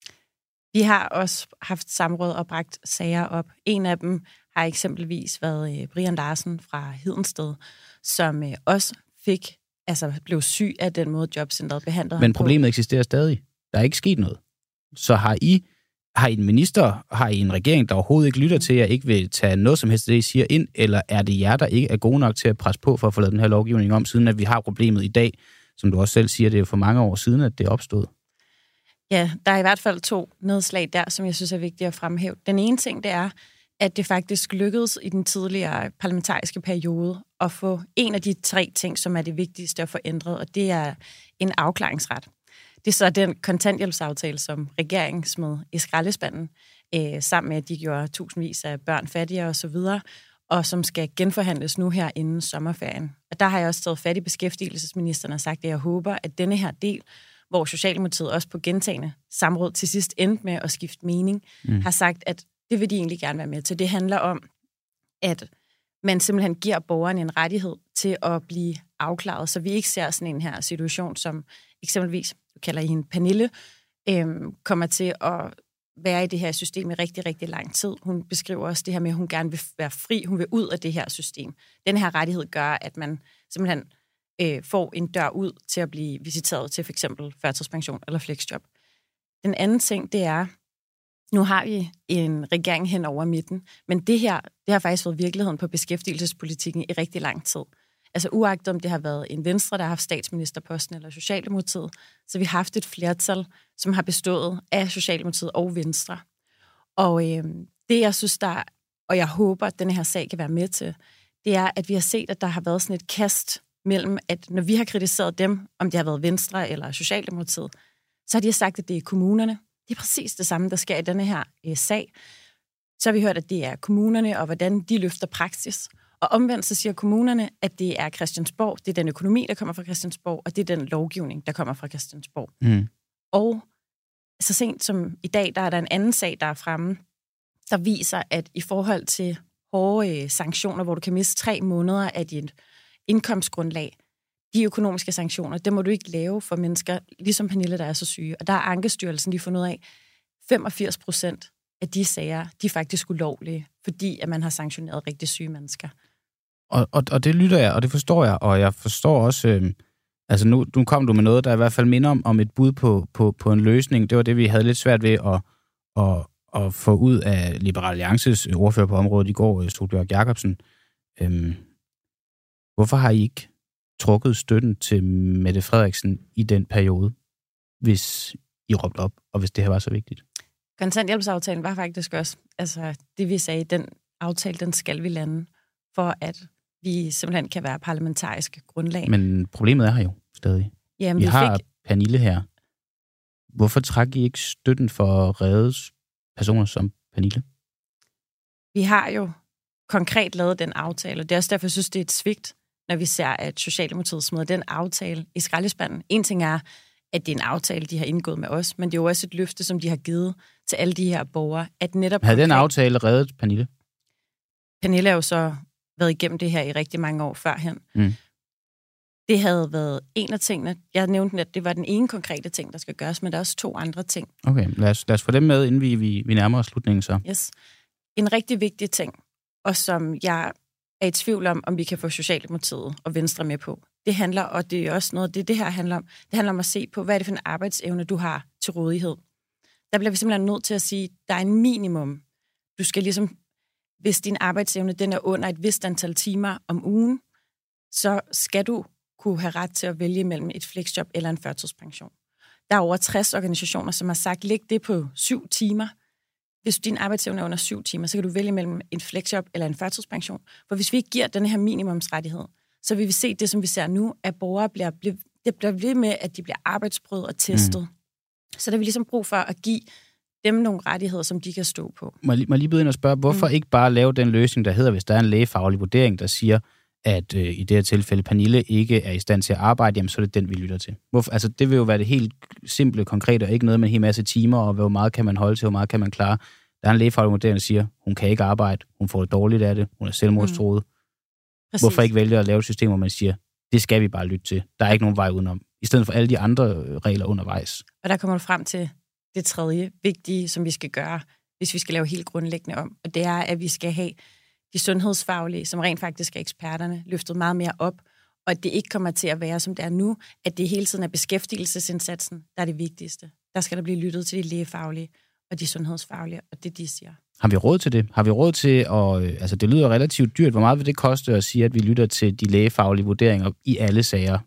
[SPEAKER 4] Vi har også haft samråd og bragt sager op. En af dem har eksempelvis været Brian Larsen fra Hedensted, som også blev syg af den måde, jobcentret behandlede ham på.
[SPEAKER 1] Men problemet eksisterer stadig. Der er ikke sket noget. Så har I en minister, har I en regering, der overhovedet ikke lytter til jer, ikke vil tage noget som helst, det I siger ind, eller er det jer, der ikke er gode nok til at presse på for at få lavet den her lovgivning om, siden at vi har problemet i dag, som du også selv siger, det er jo for mange år siden, at det er opstået?
[SPEAKER 4] Ja, der er i hvert fald 2 nedslag der, som jeg synes er vigtigt at fremhæve. Den ene ting, det er, at det faktisk lykkedes i den tidligere parlamentariske periode at få en af de 3 ting, som er det vigtigste at få ændret, og det er en afklaringsret. Det er så den kontanthjælpsaftale, som regeringen smed i skraldespanden, sammen med, at de gjorde tusindvis af børn fattigere osv., og som skal genforhandles nu her inden sommerferien. Og der har jeg også taget fat i beskæftigelsesministeren og sagt, at jeg håber, at denne her del, hvor Socialdemokratiet også på gentagne samråd til sidst endte med at skifte mening, har sagt, at det vil de egentlig gerne være med til. Det handler om, at man simpelthen giver borgerne en rettighed til at blive afklaret, så vi ikke ser sådan en her situation, som eksempelvis, du kalder I hende Pernille, kommer til at være i det her system i rigtig, rigtig lang tid. Hun beskriver også det her med, at hun gerne vil være fri, hun vil ud af det her system. Den her rettighed gør, at man simpelthen får en dør ud til at blive visiteret til for eksempel førtidspension eller flexjob. Den anden ting, det er, nu har vi en regering hen over midten, men det har faktisk været virkeligheden på beskæftigelsespolitikken i rigtig lang tid. Altså uagtet om det har været en Venstre, der har haft statsministerposten, eller Socialdemokratiet, så vi har haft et flertal, som har bestået af Socialdemokratiet og Venstre. Og det, jeg synes, og jeg håber, at denne her sag kan være med til, det er, at vi har set, at der har været sådan et kast mellem, at når vi har kritiseret dem, om det har været Venstre eller Socialdemokratiet, så har de sagt, at det er kommunerne. Det er præcis det samme, der sker i denne her sag. Så har vi hørt, at det er kommunerne, og hvordan de løfter praksis. Og omvendt så siger kommunerne, at det er Christiansborg, det er den økonomi, der kommer fra Christiansborg, og det er den lovgivning, der kommer fra Christiansborg. Og så sent som i dag, der er der en anden sag, der er fremme, der viser, at i forhold til hårde sanktioner, hvor du kan miste 3 måneder af dit indkomstgrundlag, de økonomiske sanktioner, det må du ikke lave for mennesker, ligesom Pernille, der er så syge. Og der er Ankestyrelsen lige fundet ud af, 85% af de sager, de er faktisk ulovlige, fordi at man har sanktioneret rigtig syge mennesker.
[SPEAKER 1] Og det lytter jeg, og det forstår jeg, og jeg forstår også, altså nu kom du med noget, der i hvert fald minder om et bud på en løsning. Det var det, vi havde lidt svært ved at få ud af Liberal Alliances ordfører på området i går, Sólbjørg Jacobsen. Hvorfor har I ikke trukket støtten til Mette Frederiksen i den periode, hvis I råbte op, og hvis det her var så vigtigt?
[SPEAKER 4] Kontanthjælpsaftalen var faktisk også, altså det vi sagde, den aftale, den skal vi lande, for at vi simpelthen kan være parlamentarisk grundlag.
[SPEAKER 1] Men problemet er her jo stadig.
[SPEAKER 4] Jamen,
[SPEAKER 1] vi har Pernille her. Hvorfor trækker I ikke støtten for at redde personer som Pernille?
[SPEAKER 4] Vi har jo konkret lavet den aftale, og det er også derfor, jeg synes, det er et svigt, når vi ser, at Socialdemokratiet smider den aftale i skraldespanden. En ting er, at det er en aftale, de har indgået med os, men det er jo også et løfte, som de har givet til alle de her borgere, at netop...
[SPEAKER 1] Havde den aftale reddet Pernille?
[SPEAKER 4] Pernille har jo så været igennem det her i rigtig mange år førhen. Det havde været en af tingene. Jeg nævnte, at det var den ene konkrete ting, der skal gøres, men der er også 2 andre ting. Okay,
[SPEAKER 1] lad os få dem med, inden vi nærmer os slutningen så.
[SPEAKER 4] Yes. En rigtig vigtig ting, og som jeg er i tvivl om vi kan få Socialdemokratiet og Venstre med på, det handler, og det er også noget, det her handler om, det handler om at se på, hvad er det for en arbejdsevne, du har til rådighed. Der bliver vi simpelthen nødt til at sige, der er en minimum. Du skal ligesom, hvis din arbejdsevne den er under et vist antal timer om ugen, så skal du kunne have ret til at vælge mellem et flexjob eller en førtidspension. Der er over 60 organisationer, som har sagt, læg det på 7 timer. Hvis din arbejdsevne er under 7 timer, så kan du vælge mellem en flexjob eller en førtidspension. For hvis vi ikke giver den her minimumsrettighed, så vil vi se det, som vi ser nu, at borgere bliver ved med, at de bliver arbejdsprøvet og testet. Så der er vi ligesom brug for at give dem nogle rettigheder, som de kan stå på.
[SPEAKER 1] Må jeg lige byde ind og spørge, hvorfor ikke bare lave den løsning, der hedder, hvis der er en lægefaglig vurdering, der siger, at i det her tilfælde Pernille ikke er i stand til at arbejde, jamen så er det den, vi lytter til. Hvorfor? Altså, det vil jo være det helt simple, konkrete, og ikke noget med en hel masse timer, og hvor meget kan man holde til, hvor meget kan man klare. Der er en lægefaglig vurdering, der siger, hun kan ikke arbejde, hun får det dårligt af det, hun er selvmordstruet. Hvorfor ikke vælge at lave et system, hvor man siger, det skal vi bare lytte til. Der er ikke nogen vej udenom. I stedet for alle de andre regler undervejs.
[SPEAKER 4] Og der kommer du frem til det tredje vigtige, som vi skal gøre, hvis vi skal lave helt grundlæggende om. Og det er, at vi skal have de sundhedsfaglige, som rent faktisk er eksperterne, løftet meget mere op, og at det ikke kommer til at være, som det er nu, at det hele tiden er beskæftigelsesindsatsen, der er det vigtigste. Der skal der blive lyttet til de lægefaglige og de sundhedsfaglige, og det de siger.
[SPEAKER 1] Har vi råd til det? Har vi råd til at... Altså, det lyder relativt dyrt. Hvor meget vil det koste at sige, at vi lytter til de lægefaglige vurderinger i alle sager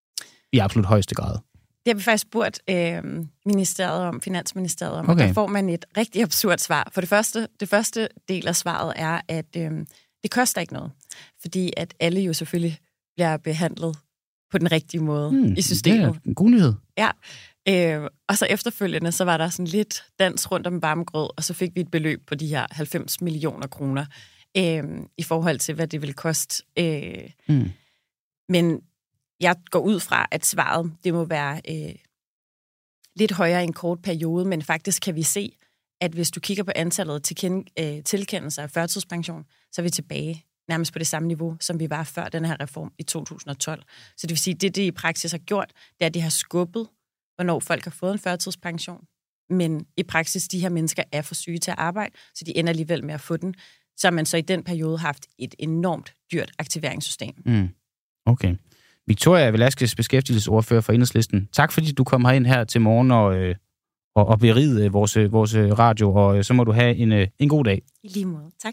[SPEAKER 1] i absolut højeste grad?
[SPEAKER 4] Det har vi faktisk spurgt ministeriet om, Finansministeriet om, og der får man et rigtig absurd svar. For det første del af svaret er, at det koster ikke noget, fordi at alle jo selvfølgelig bliver behandlet på den rigtige måde i systemet.
[SPEAKER 1] Det er en god nyhed.
[SPEAKER 4] Ja, og så efterfølgende, så var der sådan lidt dans rundt om varmegrød, og så fik vi et beløb på de her 90 millioner kroner i forhold til, hvad det ville koste. Men jeg går ud fra, at svaret, det må være lidt højere i en kort periode, men faktisk kan vi se, at hvis du kigger på antallet tilkendelser af førtidspension, så er vi tilbage nærmest på det samme niveau, som vi var før den her reform i 2012. Så det vil sige, at det i praksis har gjort, det er, at det har skubbet, hvornår folk har fået en førtidspension. Men i praksis, de her mennesker er for syge til at arbejde, så de ender alligevel med at få den. Så har man så i den periode haft et enormt dyrt aktiveringssystem.
[SPEAKER 1] Okay. Victoria Velasquez, beskæftigelsesordfører for Enhedslisten. Tak fordi du kom herind her til morgen og berigede vores radio, og så må du have en god dag.
[SPEAKER 4] I lige måde. Tak.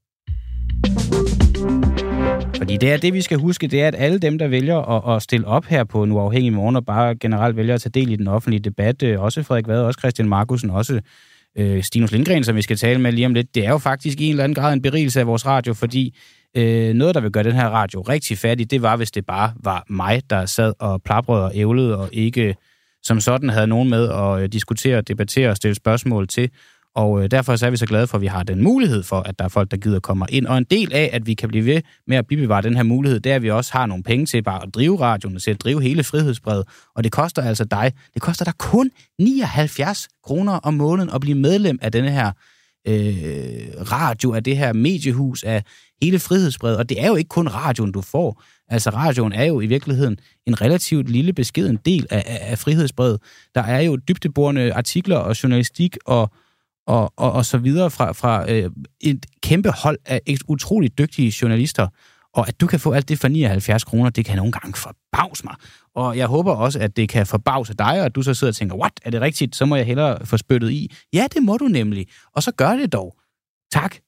[SPEAKER 1] Fordi det er det, vi skal huske, det er, at alle dem, der vælger at stille op her på En Uafhængig Morgen, og bare generelt vælger at tage del i den offentlige debat, også Frederik Vad, også Christian Markussen, også Stinus Lindgren, som vi skal tale med lige om lidt, det er jo faktisk i en eller anden grad en berigelse af vores radio, fordi noget, der vil gøre den her radio rigtig fattig, det var, hvis det bare var mig, der sad og plaprede og ævlede, og ikke som sådan havde nogen med at diskutere, debattere og stille spørgsmål til. Og derfor så er vi så glade for, at vi har den mulighed for, at der er folk, der gider komme ind. Og en del af, at vi kan blive ved med at bibevare den her mulighed, det er, at vi også har nogle penge til bare at drive radioen, til at drive hele Frihedsbrevet. Og det koster altså det koster dig kun 79 kroner om måneden at blive medlem af denne her radio, af det her mediehus, af hele Frihedsbrevet. Og det er jo ikke kun radioen, du får. Altså radioen er jo i virkeligheden en relativt lille beskeden del af Frihedsbrevet. Der er jo dybdeborende artikler og journalistik og så videre fra et kæmpe hold af utroligt dygtige journalister. Og at du kan få alt det for 79 kroner, det kan nogle gange forbavse mig. Og jeg håber også, at det kan forbavse dig, og at du så sidder og tænker, what, er det rigtigt? Så må jeg hellere få spyttet i. Ja, det må du nemlig. Og så gør det dog. Tak.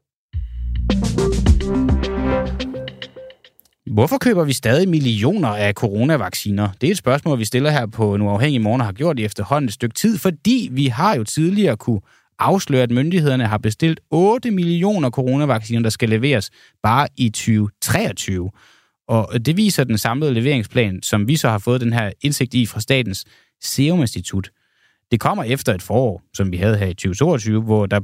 [SPEAKER 1] Hvorfor køber vi stadig millioner af coronavacciner? Det er et spørgsmål, vi stiller her på En Uafhængig Morgen og har gjort i efterhånden et stykke tid, fordi vi har jo tidligere kunne afslører, at myndighederne har bestilt 8 millioner coronavacciner, der skal leveres bare i 2023. Og det viser den samlede leveringsplan, som vi så har fået den her indsigt i fra Statens Serum Institut. Det kommer efter et forår, som vi havde her i 2022, hvor der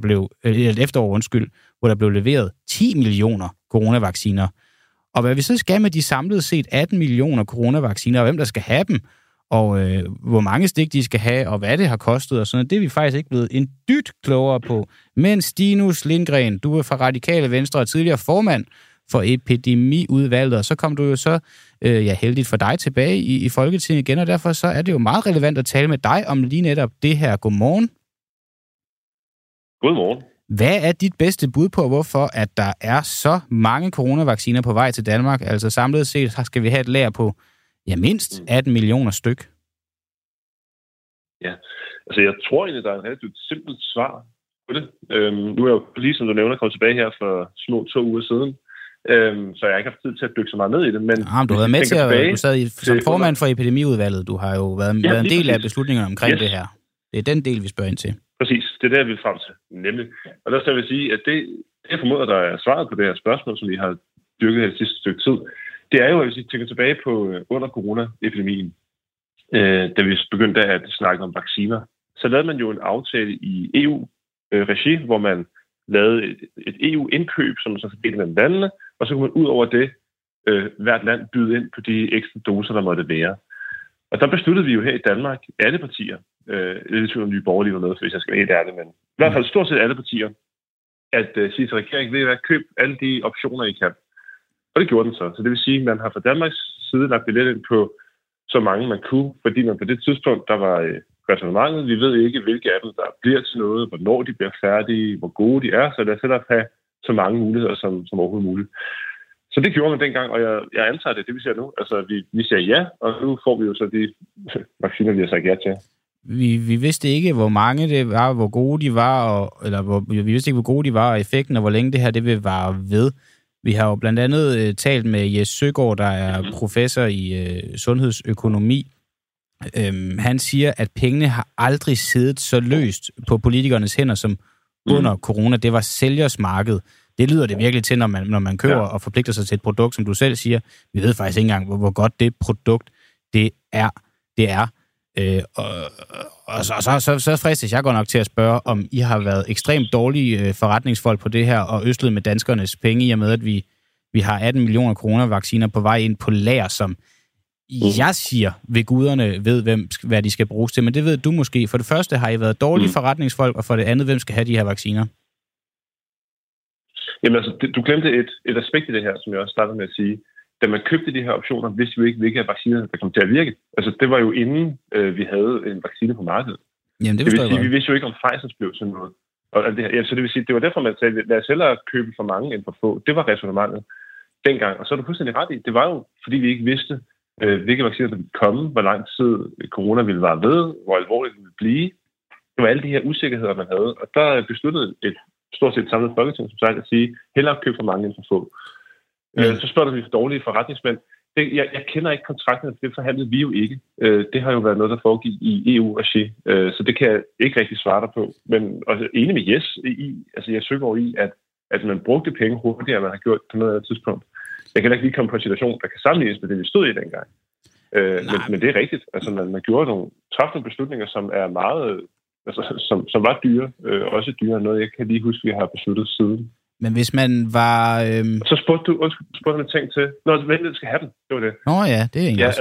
[SPEAKER 1] blev leveret 10 millioner coronavacciner. Og hvad vi så skal med de samlede set 18 millioner coronavacciner, og hvem der skal have dem, og hvor mange stik de skal have, og hvad det har kostet, og sådan noget, det er vi faktisk ikke blevet en dyt klogere på. Men Stinus Lindgren, du er fra Radikale Venstre og tidligere formand for epidemiudvalget, og så kom du jo så, heldigt for dig, tilbage i Folketinget igen, og derfor så er det jo meget relevant at tale med dig om lige netop det her. Godmorgen.
[SPEAKER 5] Godmorgen.
[SPEAKER 1] Hvad er dit bedste bud på, hvorfor at der er så mange coronavacciner på vej til Danmark? Altså samlet set, så skal vi have et lager på mindst 18 millioner styk.
[SPEAKER 5] Ja, altså jeg tror egentlig, der er et relativt simpelt svar på det. Nu er jeg jo lige, som du nævner, kommet tilbage her for små 2 uger siden, så jeg har ikke haft tid til at dykke så meget ned i det. Men
[SPEAKER 1] du har været med til at... Du sad som formand for epidemiudvalget. Du har jo været en del af beslutningerne omkring det her. Det er den del, vi spørger ind til.
[SPEAKER 5] Præcis, det er det, jeg vil frem til. Nemlig. Og der skal jeg sige, at det jeg formoder, der er svaret på det her spørgsmål, som vi har dyrket her det sidste stykke tid, det er jo, at hvis vi tænker tilbage på under coronaepidemien, da vi begyndte at snakke om vacciner, så lavede man jo en aftale i EU-regi, hvor man lavede et EU-indkøb, som man så fordelte mellem landene, og så kunne man ud over det hvert land byde ind på de ekstra doser, der måtte være. Og der besluttede vi jo her i Danmark, alle partier, lidt tvivl om Nye Borgerlige var med, hvis jeg skal være helt ærlig, men i hvert fald stort set alle partier, at sige til regeringen, ved at købe alle de optioner, I kan. Og det gjorde den så. Så det vil sige, at man har fra Danmarks side lagt billet ind på så mange man kunne, fordi man på det tidspunkt, der var ræsonnementet. Vi ved ikke, hvilke af dem, der bliver til noget, hvornår de bliver færdige, hvor gode de er, så lad os hellere have så mange muligheder som overhovedet muligt. Så det gjorde man dengang, og jeg antager det vi ser nu. Altså, vi siger ja, og nu får vi jo så de vacciner, vi har sagt ja til.
[SPEAKER 1] Vi vidste ikke, hvor mange det var, hvor gode de var, vi vidste ikke, hvor gode de var, og effekten, og hvor længe det her det vil vare ved. Vi har jo blandt andet talt med Jes Søgaard, der er professor i sundhedsøkonomi. Han siger, at pengene har aldrig siddet så løst på politikernes hænder som under corona. Det var sælgers marked. Det lyder det virkelig til, når man køber og forpligter sig til et produkt, som du selv siger. Vi ved faktisk ikke engang, hvor godt det produkt det er. Så fristes jeg godt nok til at spørge, om I har været ekstremt dårlige forretningsfolk på det her, og øslet med danskernes penge, i og med, at vi har 18 millioner coronavacciner på vej ind på lager, som jeg siger, ved guderne ved, hvad de skal bruges til. Men det ved du måske. For det første har I været dårlige forretningsfolk, og for det andet, hvem skal have de her vacciner?
[SPEAKER 5] Jamen altså, du glemte et aspekt i det her, som jeg også startede med at sige. Da man købte de her optioner, vidste vi ikke, hvilke vacciner, der kom til at virke. Altså, det var jo inden vi havde en vaccine på markedet.
[SPEAKER 1] Jamen, det
[SPEAKER 5] vil sige, vi vidste jo ikke, om Pfizer blev sådan noget. Og alt det her. Ja, så det vil sige, det var derfor, man sagde, lad os hellere købe for mange end for få. Det var ræsonnementet dengang. Og så er du fuldstændig ret i. Det var jo, fordi vi ikke vidste, hvilke vacciner der ville komme, hvor lang tid corona ville vare ved, hvor alvorligt det ville blive. Det var alle de her usikkerheder, man havde. Og der besluttede et stort set samlet folketing, som sagt, at sige, hellere købe for mange end for få. Så spørger du, vi for dårlige forretningsmænd. Jeg kender ikke kontrakten, det forhandlede vi jo ikke. Det har jo været noget, der foregik i EU-regi, så det kan jeg ikke rigtig svare dig på. Men også enig med Jes jeg søger i, at man brugte penge hurtigere, end man har gjort på noget andet tidspunkt. Jeg kan ikke lige komme på en situation, der kan sammenlignes med det, vi stod i dengang. Men det er rigtigt. Altså, man gjorde træffede nogle beslutninger, som er meget, altså, som var dyre, også dyrere end noget, jeg kan lige huske, vi har besluttet siden.
[SPEAKER 1] Men hvis man var...
[SPEAKER 5] Så spurgte du en ting til... Hvem skal have den? Det var det.
[SPEAKER 1] Nå ja, det er egentlig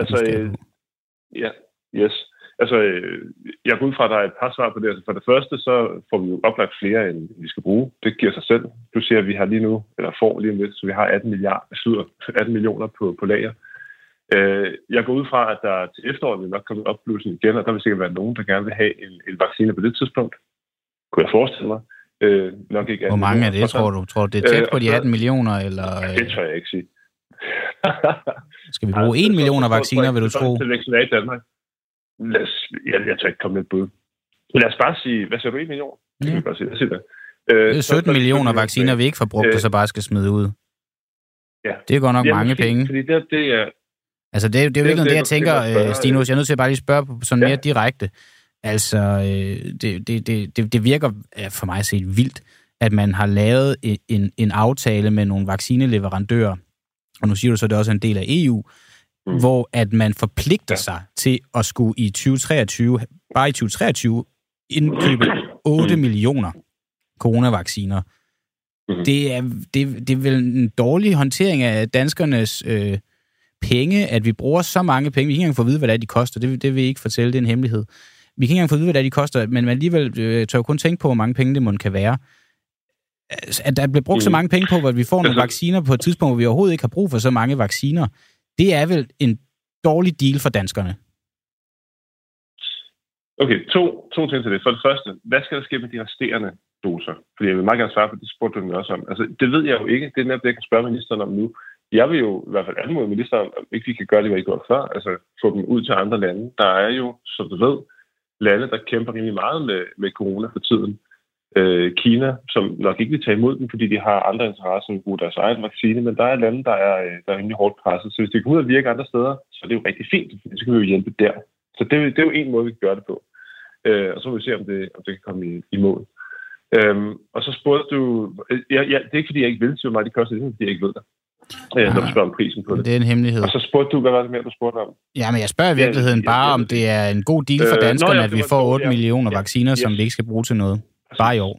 [SPEAKER 5] yes. Altså, jeg går ud fra, at der er et par svar på det. Altså, for det første, så får vi jo oplagt flere, end vi skal bruge. Det giver sig selv. Du siger, at vi har lige nu, eller får lige om lidt, så vi har 18 millioner på lager. Jeg går ud fra, at der til efteråret vil nok komme opblussen igen, og der vil sikkert være nogen, der gerne vil have en vaccine på det tidspunkt. Kunne jeg forestille mig. Nok ikke.
[SPEAKER 1] Hvor mange er det, tror du? Tror du, det er tæt på de 18 millioner? Eller?
[SPEAKER 5] Det tror jeg ikke sige.
[SPEAKER 1] Skal vi bruge 1 millioner vacciner, vil du tro?
[SPEAKER 5] Til vaccinere i Danmark. Jeg tør ikke komme med et bud. Lad os bare sige, hvad siger du, 1 million? Det kan vi bare sige.
[SPEAKER 1] Det er 17 millioner vacciner, vi ikke får brugt, og så bare skal smide ud.
[SPEAKER 5] Ja.
[SPEAKER 1] Det er godt nok mange penge.
[SPEAKER 5] Fordi det er...
[SPEAKER 1] Altså, det er jo virkelig det, jeg tænker, Stinus. Jeg er nødt til at bare lige spørge sådan mere direkte. Altså, det virker for mig set vildt, at man har lavet en aftale med nogle vaccineleverandører, og nu siger du så, at det også er en del af EU, hvor at man forpligter sig til at skulle i 2023, bare i 2023, indkøbe 8 millioner coronavacciner. Det er vel en dårlig håndtering af danskernes penge, at vi bruger så mange penge. Vi kan ikke engang få at vide, hvad det er, de koster. Det vil I ikke fortælle, det er en hemmelighed. Vi kan ikke engang få at vide, hvad det er, de koster, men man alligevel tør jo kun tænke på, hvor mange penge det må kan være. At der bliver brugt så mange penge på, at vi får nogle vacciner på et tidspunkt, hvor vi overhovedet ikke har brug for så mange vacciner, det er vel en dårlig deal for danskerne?
[SPEAKER 5] Okay, to ting til det. For det første, hvad skal der ske med de resterende doser? Fordi jeg vil meget gerne svare på det, spurgte du mig også om. Altså, det ved jeg jo ikke. Det er netop det, jeg kan spørge ministeren om nu. Jeg vil jo i hvert fald anmode ministeren, om ikke vi kan gøre det, vi har gjort før. Altså, få dem ud til andre lande. Der er jo, som du ved, lande, der kæmper rimelig meget med corona for tiden. Kina, som nok ikke vil tage imod den, fordi de har andre interesser end at bruge deres egen vaccine, men der er lande, der er rimelig hårdt presset. Så hvis det kommer ud at virke andre steder, så er det jo rigtig fint, fordi så kan vi jo hjælpe der. Så det er jo en måde, vi kan gøre det på. Og så må vi se, om det kan komme i mål. Og så spurgte du... det er ikke, fordi jeg ikke vil sige, hvor meget det koster, det er fordi jeg ikke ved det. Når du spørger om prisen på det.
[SPEAKER 1] Det er en hemmelighed.
[SPEAKER 5] Og så spurgte du, hvad var det mere, du spurgte om?
[SPEAKER 1] Ja, men jeg spørger i virkeligheden bare, om det er en god deal for danskerne, at vi får 8 millioner vacciner, som vi ikke skal bruge til noget. Bare i år.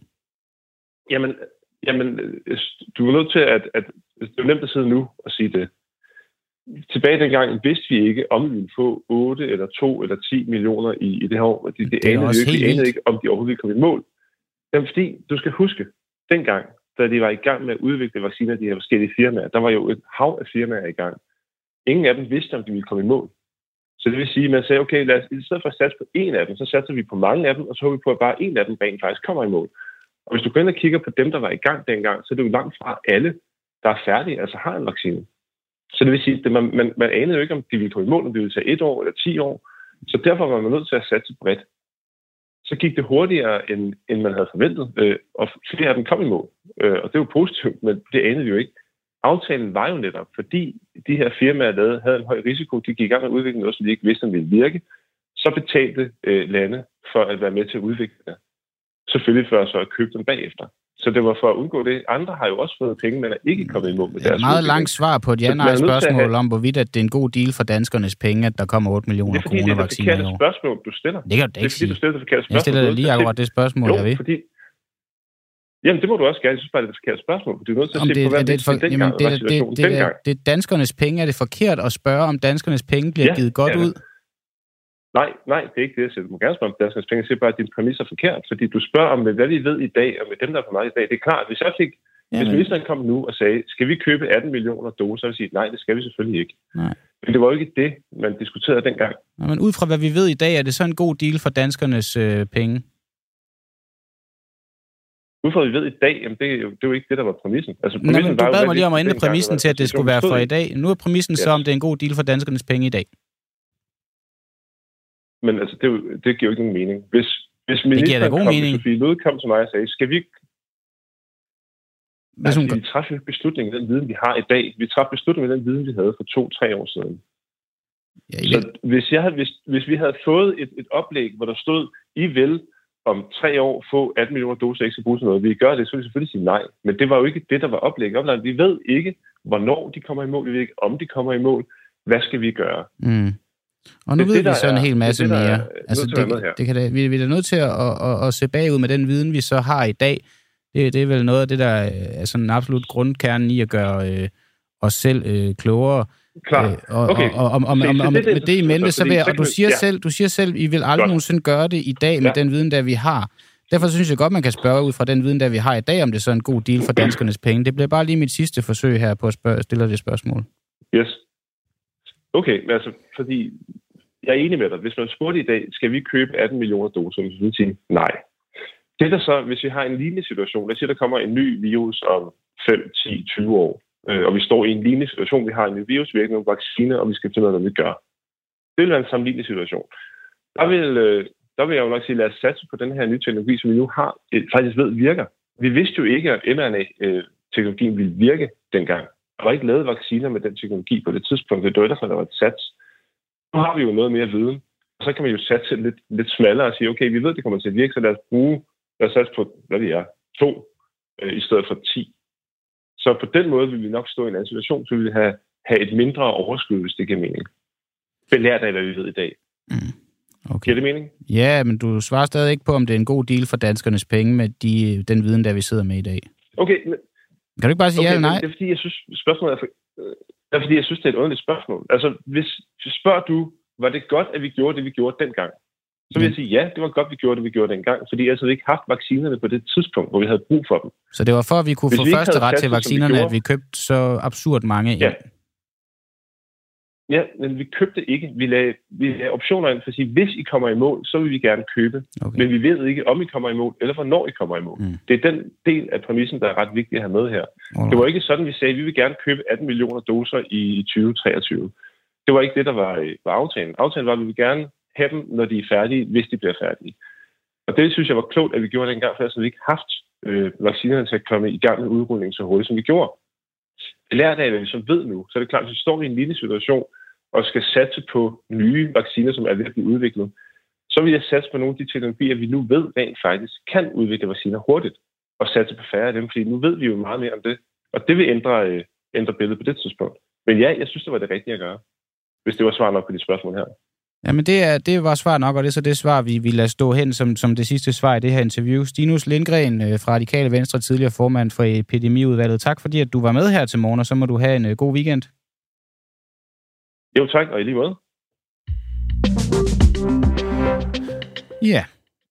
[SPEAKER 5] Jamen, du er nødt til at det er nemt at sidde nu og sige det. Tilbage dengang vidste vi ikke, om vi ville få 8 eller 2 eller 10 millioner i det her år. Det anede ikke, om de overhovedet ville komme i mål. Jamen, fordi du skal huske, dengang, da de var i gang med at udvikle vacciner af de her forskellige firmaer, der var jo et hav af firmaer i gang. Ingen af dem vidste, om de ville komme i mål. Så det vil sige, at man sagde, okay, lad os i stedet for at satse på en af dem, så satser vi på mange af dem, og så håber vi på, at bare en af dem rent faktisk kommer i mål. Og hvis du går ind og kigger på dem, der var i gang dengang, så er det jo langt fra alle, der er færdige, altså har en vaccine. Så det vil sige, at man anede jo ikke, om de ville komme i mål, om det ville tage 1 år eller 10 år. Så derfor var man nødt til at satse bredt. Så gik det hurtigere, end man havde forventet, og flere af dem kom i mål. Og det er jo positivt, men det anede vi jo ikke. Aftalen var jo netop, fordi de her firmaer havde en høj risiko, de gik i gang med at udvikle noget, som de ikke vidste, om ville virke, så betalte lande for at være med til at udvikle det. Selvfølgelig for så at købe dem bagefter. Så det var for at undgå det. Andre har jo også fået penge, men er ikke kommet i mål med deres
[SPEAKER 1] meget langt svar på et ja-nej-spørgsmål om, hvorvidt at det er en god deal for danskernes penge, at der kommer 8 millioner coronavacciner i år.
[SPEAKER 5] Det er det spørgsmål, du stiller.
[SPEAKER 1] Det kan du da ikke sige.
[SPEAKER 5] Du stiller det forkerte spørgsmål.
[SPEAKER 1] Jeg stiller dig lige akkurat det spørgsmål, jeg ved.
[SPEAKER 5] Fordi... Jamen, det må du også gerne. Jeg synes bare, det er det forkerte spørgsmål. Du er nødt til at se på, hvad
[SPEAKER 1] det er danskernes penge. Er det forkert at spørge, om danskernes penge bliver givet godt ud?
[SPEAKER 5] Nej, det er ikke det, jeg siger. Du må gerne spørge om danskernes penge. Jeg siger bare, at din præmis er forkert, fordi du spørger om, hvad vi ved i dag, og med dem, der er på meget i dag. Det er klart, hvis ministeren kom nu og sagde, skal vi købe 18 millioner doser, så vil jeg sige, nej, det skal vi selvfølgelig ikke. Nej. Men det var jo ikke det, man diskuterede dengang.
[SPEAKER 1] Nej, men ud fra, hvad vi ved i dag, er det så en god deal for danskernes penge?
[SPEAKER 5] Ud fra, hvad vi ved i dag, jamen det er jo ikke det, der var præmissen. Altså,
[SPEAKER 1] du bad mig lige om at ændre præmissen til, at det skulle være for i dag. Nu er præmissen så, om det er en god deal for danskernes penge i dag.
[SPEAKER 5] Men altså, det giver jo ikke nogen mening. Hvis ministeren Sofie Løhde kom til mig og sagde, skal vi vi træffer beslutningen med den viden, vi har i dag. Vi træffer beslutningen med den viden, vi havde for 2-3 år siden. Ja, så hvis vi havde fået et oplæg, hvor der stod, I vil om 3 år få 18 millioner doser ikke skal bruge til noget, vi gør det, så vil vi selvfølgelig sige nej. Men det var jo ikke det, der var oplægget. Vi ved ikke, hvornår de kommer i mål. Vi ved ikke, om de kommer i mål. Hvad skal vi gøre? Mm.
[SPEAKER 1] Og nu ved vi så en hel masse mere. Vi er nødt til at se bagud med den viden, vi så har i dag. Det er vel noget af det, der er sådan en absolut grundkerne i at gøre os selv klogere.
[SPEAKER 5] Klar.
[SPEAKER 1] Og med det i mente, så vil jeg, og du siger selv, I vil aldrig nogensinde gøre det i dag med den viden, der vi har. Derfor synes jeg godt, man kan spørge ud fra den viden, der vi har i dag, om det er så en god deal for danskernes penge. Det bliver bare lige mit sidste forsøg her på at stille det spørgsmål.
[SPEAKER 5] Yes. Okay, altså, fordi jeg er enig med dig. Hvis man spurgte i dag, skal vi købe 18 millioner doser, så vil jeg sige nej. Det er så, hvis vi har en lignende situation, lad os sige, der kommer en ny virus om 5, 10, 20 år, og vi står i en lignende situation, vi har en ny virus, vi har ikke nogen vaccine, og vi skal finde ud af, hvad vi gør. Det vil være en sammenlignelig situation. Der vil jeg jo nok sige, lad os satse på den her nye teknologi, som vi nu har, faktisk ved virker. Vi vidste jo ikke, at mRNA-teknologien ville virke dengang. Der var ikke lavet vacciner med den teknologi på det tidspunkt. Det var derfor, der var et sats. Nu har vi jo noget mere viden. Så kan man jo satse lidt smallere og sige, okay, vi ved, det kommer til at virke, så lad os satse på, hvad det er, 2 i stedet for 10. Så på den måde vil vi nok stå i en anden situation, så vi vil have et mindre overskud, hvis det giver mening. Belært af, hvad vi ved i dag.
[SPEAKER 1] Okay.
[SPEAKER 5] Giver det mening?
[SPEAKER 1] Ja, men du svarer stadig ikke på, om det er en god deal for danskernes penge med den viden, der vi sidder med i dag.
[SPEAKER 5] Okay. Men,
[SPEAKER 1] kan du ikke bare sige ja eller nej?
[SPEAKER 5] Det er fordi, jeg synes, spørgsmålet er fordi jeg synes, det er et underligt spørgsmål. Altså, hvis spørger du, var det godt, at vi gjorde det, vi gjorde dengang? Så vil jeg sige, ja, det var godt, vi gjorde det, vi gjorde dengang, fordi jeg havde ikke haft vaccinerne på det tidspunkt, hvor vi havde brug for dem.
[SPEAKER 1] Så det var for, at vi kunne få første ret til vaccinerne, at vi købte så absurd mange ind?
[SPEAKER 5] Ja, men vi købte ikke. Vi lagde optioner ind for at sige, hvis I kommer i mål, så vil vi gerne købe. Okay. Men vi ved ikke, om I kommer i mål, eller hvornår I kommer i mål. Det er den del af præmissen, der er ret vigtig at have med her. Okay. Det var ikke sådan, vi sagde, at vi vil gerne købe 18 millioner doser i 2023. Det var ikke det, der var aftalen. Aftalen var, at vi vil gerne have dem, når de er færdige, hvis de bliver færdige. Og det synes jeg var klogt, at vi gjorde det engang, for så vi ikke haft vaccinerne til at komme i gang med udrulningen så hurtigt, som vi gjorde. Lært af, hvad vi så ved nu, så er det klart, at vi står i en lille situation og skal satse på nye vacciner, som er ved at blive udviklet, så vil jeg satse på nogle af de teknologier, vi nu ved rent faktisk kan udvikle vacciner hurtigt, og satse på færre af dem, fordi nu ved vi jo meget mere om det. Og det vil ændre billedet på det tidspunkt. Men ja, jeg synes, det var det rigtige at gøre, hvis det var svar nok på de spørgsmål her.
[SPEAKER 1] Jamen, det var svar nok, og det er så det svar, vi lader stå hen som det sidste svar i det her interview. Stinus Lindgren fra Radikale Venstre, tidligere formand for Epidemiudvalget. Tak fordi, at du var med her til morgen, og så må du have en god weekend.
[SPEAKER 5] Jo, tak, og i lige måde.
[SPEAKER 1] Ja.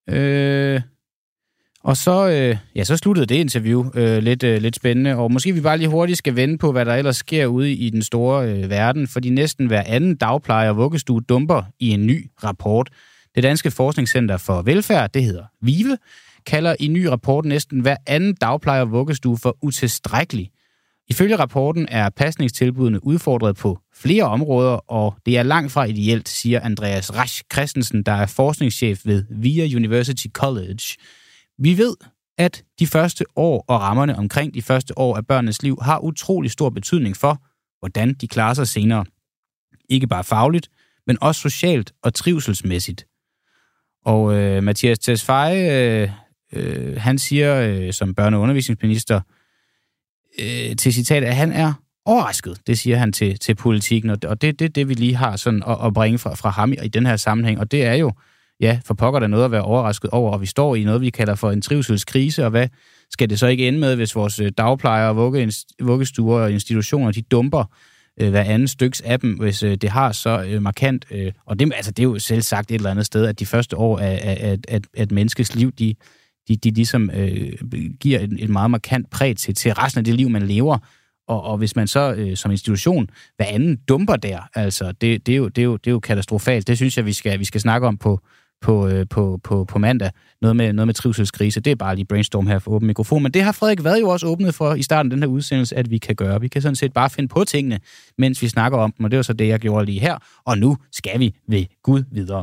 [SPEAKER 1] Og så sluttede det interview lidt spændende, og måske vi bare lige hurtigt skal vende på, hvad der ellers sker ude i den store verden, fordi næsten hver anden dagpleje og vuggestue dumper i en ny rapport. Det Danske Forskningscenter for Velfærd, det hedder VIVE, kalder i ny rapport næsten hver anden dagpleje og vuggestue for utilstrækkelig. Ifølge rapporten er pasningstilbudene udfordret på flere områder, og det er langt fra ideelt, siger Andreas Rasch Christensen, der er forskningschef ved VIA University College. Vi ved, at de første år og rammerne omkring de første år af børnenes liv har utrolig stor betydning for, hvordan de klarer sig senere. Ikke bare fagligt, men også socialt og trivselsmæssigt. Og Mathias Tesfaye, han siger som børne- og undervisningsminister til citat, at han er overrasket. Det siger han til Politikken, og det er det, vi lige har sådan at bringe fra ham i den her sammenhæng. Og det er jo, ja, for pokker der noget at være overrasket over, og vi står i noget, vi kalder for en trivselskrise, og hvad skal det så ikke ende med, hvis vores dagplejere, vuggestuer og institutioner, de dumper hver anden styks af dem, hvis det har så markant, og det er jo selv sagt et eller andet sted, at de første år af et menneskes liv, de ligesom giver et meget markant præg til resten af det liv, man lever. Og hvis man så som institution hver anden dumper der, altså det er jo katastrofalt. Det synes jeg, vi skal snakke om på mandag. Noget med trivselskrise. Det er bare lige brainstorm her for åben mikrofon. Men det har Frederik Vad jo også åbnet for i starten af den her udsendelse, at vi kan gøre. Vi kan sådan set bare finde på tingene, mens vi snakker om dem. Og det var så det, jeg gjorde lige her. Og nu skal vi ved Gud videre.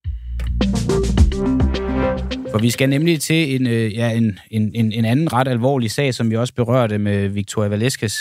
[SPEAKER 1] For vi skal nemlig til en anden ret alvorlig sag, som vi også berørte med Victoria Velasquez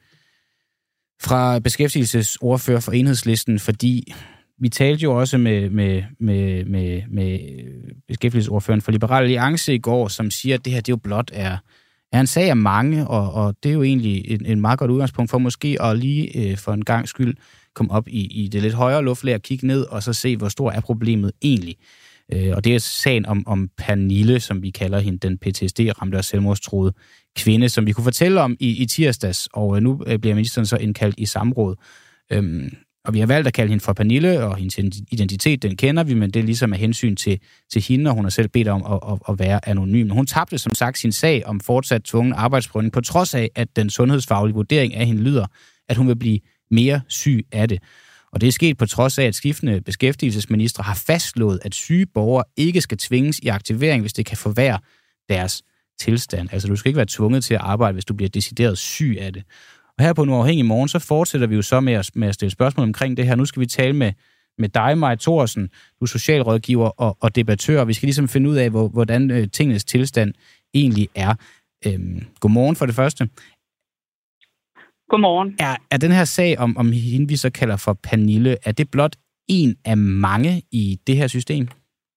[SPEAKER 1] fra beskæftigelsesordfører for Enhedslisten, fordi vi talte jo også med beskæftigelsesordføreren for Liberal Alliance i går, som siger, at det her det jo blot er en sag af mange, og det er jo egentlig en meget godt udgangspunkt for måske at lige for en gang skyld komme op i det lidt højere luftlag og kigge ned og så se, hvor stor er problemet egentlig. Og det er sagen om Pernille, som vi kalder hende, den PTSD-ramte og selvmordstruede kvinde, som vi kunne fortælle om i tirsdags, og nu bliver ministeren så indkaldt i samråd. Og vi har valgt at kalde hende for Pernille, og hendes identitet, den kender vi, men det er ligesom af hensyn til hende, og hun har selv bedt om at være anonym. Hun tabte som sagt sin sag om fortsat tvungen arbejdsprøvning, på trods af, at den sundhedsfaglige vurdering af hende lyder, at hun vil blive mere syg af det. Og det er sket på trods af, at skiftende beskæftigelsesministre har fastslået, at syge borgere ikke skal tvinges i aktivering, hvis det kan forværre deres tilstand. Altså, du skal ikke være tvunget til at arbejde, hvis du bliver decideret syg af det. Og her på En Uafhængig Morgen, så fortsætter vi jo så med at stille spørgsmål omkring det her. Nu skal vi tale med dig, Maja Thorsen. Du er socialrådgiver og debattør, og vi skal ligesom finde ud af, hvordan tingenes tilstand egentlig er. Godmorgen for det første.
[SPEAKER 6] Godmorgen.
[SPEAKER 1] Er den her sag om hende, vi så kalder for Pernille, er det blot en af mange i det her system?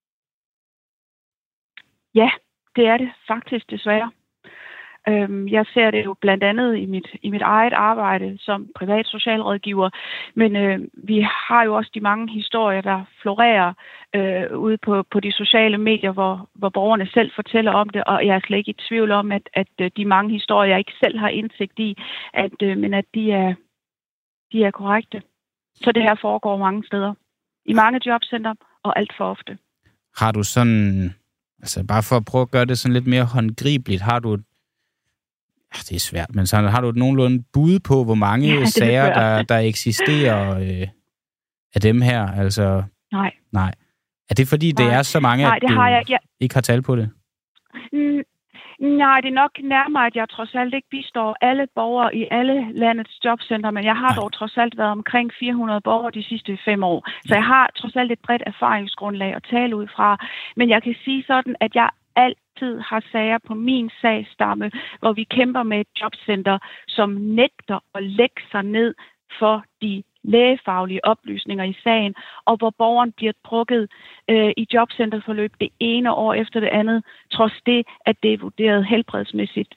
[SPEAKER 6] Ja, det er det faktisk desværre. Jeg ser det jo blandt andet i mit eget arbejde som privat socialrådgiver, men vi har jo også de mange historier, der florerer ude på de sociale medier, hvor borgerne selv fortæller om det, og jeg er slet ikke i tvivl om, at de mange historier, jeg ikke selv har indsigt i, men at de er korrekte. Så det her foregår mange steder. I mange jobcenter og alt for ofte.
[SPEAKER 1] Har du sådan, altså bare for at prøve at gøre det sådan lidt mere håndgribeligt, har du det er svært, men så har du et nogenlunde bud på, hvor mange sager, der eksisterer af dem her? Altså, Nej. Er det fordi, det er så mange, at du ikke har tal på det?
[SPEAKER 6] Nej, det er nok nærmere, at jeg trods alt ikke bistår alle borgere i alle landets jobcenter, men jeg har dog trods alt været omkring 400 borgere de sidste 5 år. Så jeg har trods alt et bredt erfaringsgrundlag at tale ud fra. Men jeg kan sige sådan, at jeg altid har sager på min sagsstamme, hvor vi kæmper med et jobcenter, som nægter at lægge sig ned for de lægefaglige oplysninger i sagen, og hvor borgeren bliver drukket i jobcenterforløb det ene år efter det andet, trods det, at det er vurderet helbredsmæssigt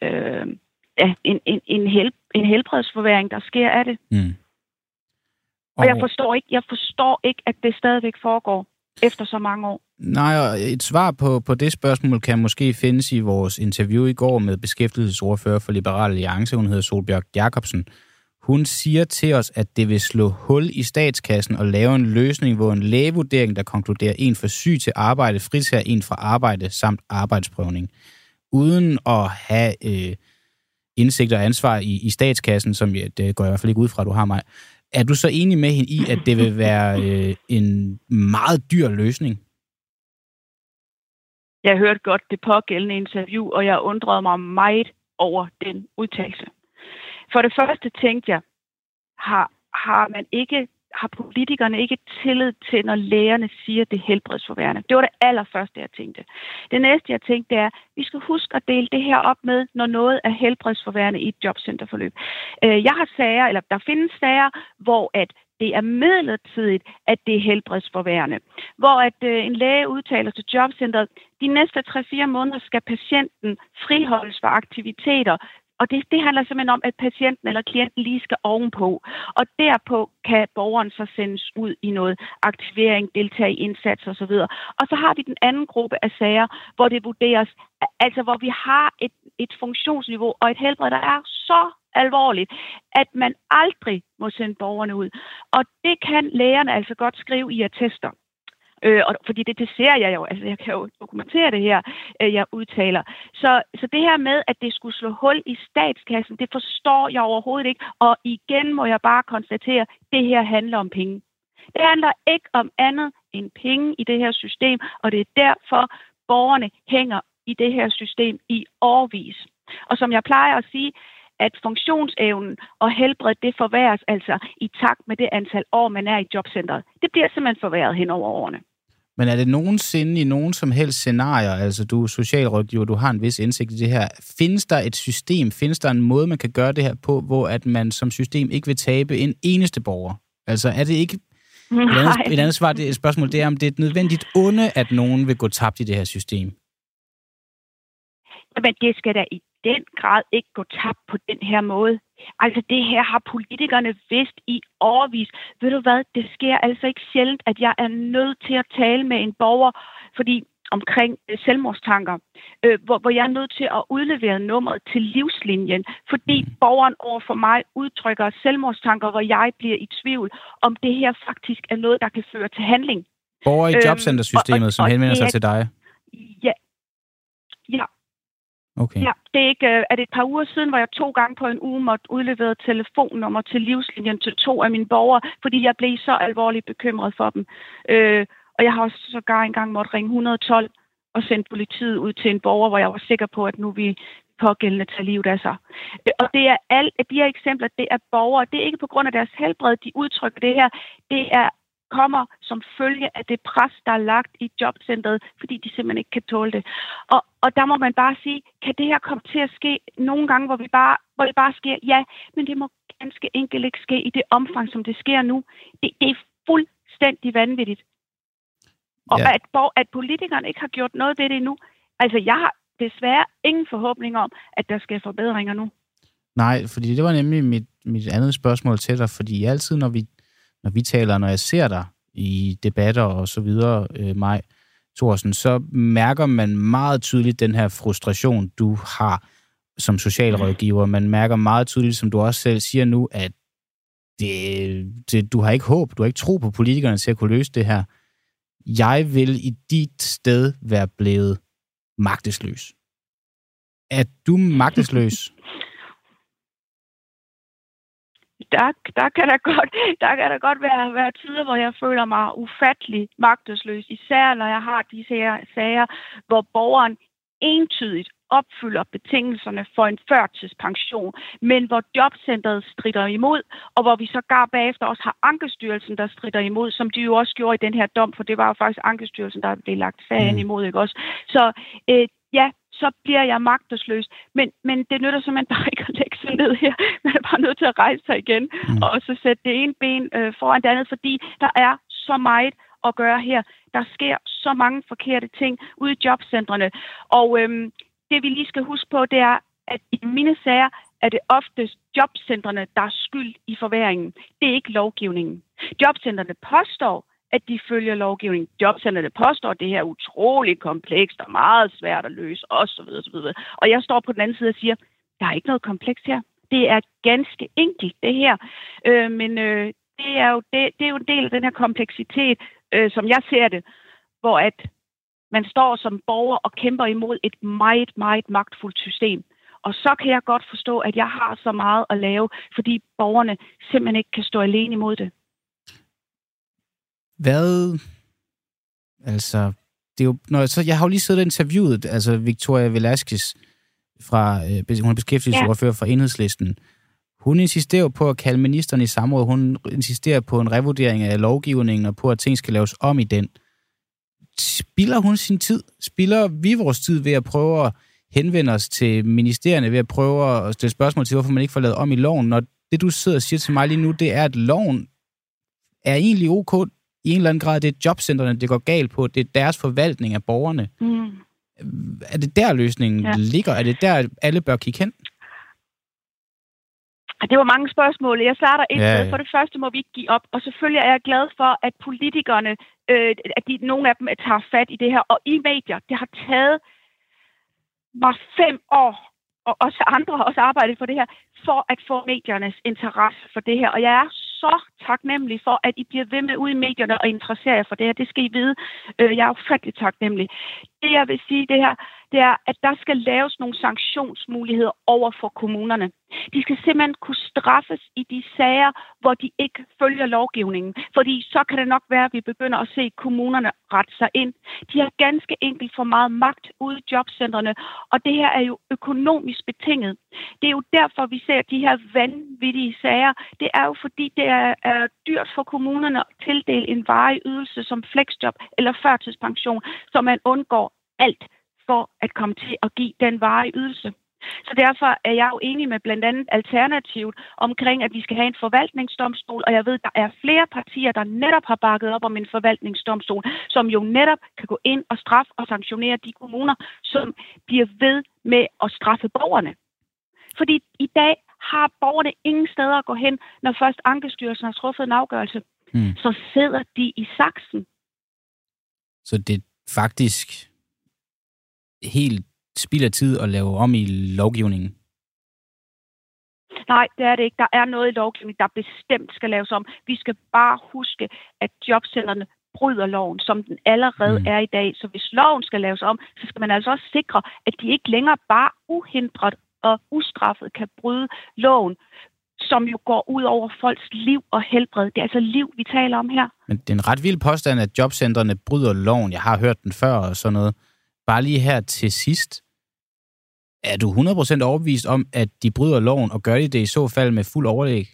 [SPEAKER 6] en helbredsforværring, der sker af det. Og jeg forstår ikke, at det stadigvæk foregår efter så mange år.
[SPEAKER 1] Nej, og et svar på det spørgsmål kan måske findes i vores interview i går med beskæftigelsesordfører for Liberal Alliance. Hun hedder Solbjørg Jacobsen. Hun siger til os, at det vil slå hul i statskassen og lave en løsning, hvor en lægevurdering, der konkluderer en for syg til arbejde, fritager en fra arbejde samt arbejdsprøvning. Uden at have indsigt og ansvar i statskassen, som det går jeg i hvert fald ikke ud fra, at du har mig. Er du så enig med hende i, at det vil være en meget dyr løsning?
[SPEAKER 6] Jeg hørte godt det pågældende interview, og jeg undrede mig meget over den udtalelse. For det første tænkte jeg, har politikerne ikke tillid til, når lægerne siger, det er helbredsforværende? Det var det allerførste, jeg tænkte. Det næste, jeg tænkte, det er, vi skal huske at dele det her op med, når noget er helbredsforværende i et jobcenterforløb. Der findes sager, hvor at det er midlertidigt, at det er helbredsforværende. Hvor at en læge udtaler til jobcentret, de næste 3-4 måneder skal patienten friholdes for aktiviteter. Og det handler simpelthen om, at patienten eller klienten lige skal ovenpå. Og derpå kan borgeren så sendes ud i noget aktivering, deltage i indsats osv. Og så har vi den anden gruppe af sager, hvor det vurderes, altså hvor vi har et funktionsniveau og et helbred, der er så alvorligt, at man aldrig må sende borgerne ud. Og det kan lægerne altså godt skrive i attester. Fordi det ser jeg jo, altså jeg kan jo dokumentere det her, jeg udtaler. Så det her med, at det skulle slå hul i statskassen, det forstår jeg overhovedet ikke. Og igen må jeg bare konstatere, at det her handler om penge. Det handler ikke om andet end penge i det her system, og det er derfor, borgerne hænger i det her system i årevis. Og som jeg plejer at sige, at funktionsevnen og helbred, det forværres altså i takt med det antal år, man er i jobcentret. Det bliver simpelthen forværret hen over årene.
[SPEAKER 1] Men er det nogensinde i nogen som helst scenarier, altså du er socialrådgiver, du har en vis indsigt i det her, findes der et system, findes der en måde, man kan gøre det her på, hvor at man som system ikke vil tabe en eneste borger? Altså er det ikke... Et andet svar, det spørgsmål, det er, om det er et nødvendigt onde, at nogen vil gå tabt i det her system?
[SPEAKER 6] Men det skal da i den grad ikke gå tabt på den her måde. Altså det her har politikerne vidst i årevis. Ved du hvad, det sker altså ikke sjældent, at jeg er nødt til at tale med en borger, fordi omkring selvmordstanker, hvor jeg er nødt til at udlevere nummeret til livslinjen, fordi borgeren over for mig udtrykker selvmordstanker, hvor jeg bliver i tvivl, om det her faktisk er noget, der kan føre til handling.
[SPEAKER 1] Borgere i jobcentersystemet, som henvender sig til dig?
[SPEAKER 6] Ja.
[SPEAKER 1] Okay.
[SPEAKER 6] Ja, det er ikke, er det et par uger siden, hvor jeg 2 gange på en uge måtte udlevere telefonnummer til livslinjen til 2 af mine borgere, fordi jeg blev så alvorligt bekymret for dem. Og jeg har også sågar engang måtte ringe 112 og sende politiet ud til en borger, hvor jeg var sikker på, at nu vi pågældende tager livet af sig. Og det er alle de her eksempler, det er borgere. Det er ikke på grund af deres helbred, de udtrykker det her. Det kommer som følge af det pres, der er lagt i jobcentret, fordi de simpelthen ikke kan tåle det. Og der må man bare sige, kan det her komme til at ske nogle gange, hvor det bare sker? Ja, men det må ganske enkelt ikke ske i det omfang, som det sker nu. Det er fuldstændig vanvittigt. Og at politikerne ikke har gjort noget ved det endnu. Altså, jeg har desværre ingen forhåbning om, at der skal forbedringer nu.
[SPEAKER 1] Nej, fordi det var nemlig mit andet spørgsmål til dig, fordi altid, når vi taler, når jeg ser dig i debatter og så videre, Maj Thorsen, så mærker man meget tydeligt den her frustration, du har som socialrådgiver. Man mærker meget tydeligt, som du også selv siger nu, at du har ikke håb, du har ikke tro på politikerne til at kunne løse det her. Jeg vil i dit sted være blevet magtesløs. Er du magtesløs?
[SPEAKER 6] Der kan der godt være tider, hvor jeg føler mig ufattelig magtesløs, især når jeg har de her sager, hvor borgeren entydigt opfylder betingelserne for en førtidspension, men hvor jobcentret stritter imod, og hvor vi så bagefter også har Ankestyrelsen, der stritter imod, som de jo også gjorde i den her dom, for det var jo faktisk Ankestyrelsen, der blev lagt sagen imod, ikke også? Så så bliver jeg magtesløs. Men det nytter simpelthen bare ikke at lægge sig ned her. Man er bare nødt til at rejse sig igen, og så sætte det ene ben foran det andet, fordi der er så meget at gøre her. Der sker så mange forkerte ting ude i jobcentrene. Og det vi lige skal huske på, det er, at i mine sager er det oftest jobcentrene, der er skyld i forværingen. Det er ikke lovgivningen. Jobcentrene påstår, at de følger lovgivningen. Jobcentrene påstår, at det her er utroligt komplekst og meget svært at løse, osv. Og jeg står på den anden side og siger, der er ikke noget komplekst her. Det er ganske enkelt, det her. Men det er jo en del af den her kompleksitet, som jeg ser det, hvor at man står som borger og kæmper imod et meget, meget magtfuldt system. Og så kan jeg godt forstå, at jeg har så meget at lave, fordi borgerne simpelthen ikke kan stå alene imod det.
[SPEAKER 1] Hvad? Altså, det er jo, jeg har jo lige siddet og interviewet, altså Victoria Velasquez hun er beskæftigelsesordfører fra Enhedslisten. Hun insisterer på at kalde ministeren i samråd. Hun insisterer på en revurdering af lovgivningen og på, at ting skal laves om i den. Spilder hun sin tid? Spilder vi vores tid ved at prøve at henvende os til ministerierne, ved at prøve at stille spørgsmål til, hvorfor man ikke får lavet om i loven, når det, du sidder og siger til mig lige nu, det er, at loven er egentlig ok i en eller anden grad. Det er jobcentrene, det går galt på. Det er deres forvaltning af borgerne. Er det der løsningen ligger? Er det der, alle bør kigge hen?
[SPEAKER 6] Det var mange spørgsmål. Jeg starter et sted. For det første må vi ikke give op. Og selvfølgelig er jeg glad for, at politikerne, nogle af dem tager fat i det her. Og i medier, det har taget mig 5 år, og også andre har også arbejdet for det her, for at få mediernes interesse for det her. Og jeg er så taknemmelig for, at I bliver ved med ude i medierne og interesserer jer for det her. Det skal I vide. Jeg er ufattelig taknemmelig. Det, jeg vil sige det her, det er, at der skal laves nogle sanktionsmuligheder over for kommunerne. De skal simpelthen kunne straffes i de sager, hvor de ikke følger lovgivningen. Fordi så kan det nok være, at vi begynder at se kommunerne rette sig ind. De har ganske enkelt for meget magt ude i jobcentrene, og det her er jo økonomisk betinget. Det er jo derfor, vi ser de her vanvittige sager. Det er jo fordi, det er dyrt for kommunerne at tildele en varig ydelse som flexjob eller førtidspension, så man undgår alt for at komme til at give den varige ydelse. Så derfor er jeg jo enig med blandt andet Alternativet omkring, at vi skal have en forvaltningsdomstol, og jeg ved, der er flere partier, der netop har bakket op om en forvaltningsdomstol, som jo netop kan gå ind og straffe og sanktionere de kommuner, som bliver ved med at straffe borgerne. Fordi i dag har borgerne ingen steder at gå hen, når først Ankestyrelsen har truffet en afgørelse. Så sidder de i saksen.
[SPEAKER 1] Så det er faktisk helt spild af tid at lave om i lovgivningen?
[SPEAKER 6] Nej, det er det ikke. Der er noget i lovgivningen, der bestemt skal laves om. Vi skal bare huske, at jobcentrene bryder loven, som den allerede er i dag. Så hvis loven skal laves om, så skal man altså også sikre, at de ikke længere bare uhindret og ustraffet kan bryde loven, som jo går ud over folks liv og helbred. Det er altså liv, vi taler om her.
[SPEAKER 1] Men det er en ret vild påstand, at jobcentrene bryder loven. Jeg har hørt den før og sådan noget. Bare lige her til sidst. Er du 100% overbevist om, at de bryder loven, og gør de det i så fald med fuld overlæg?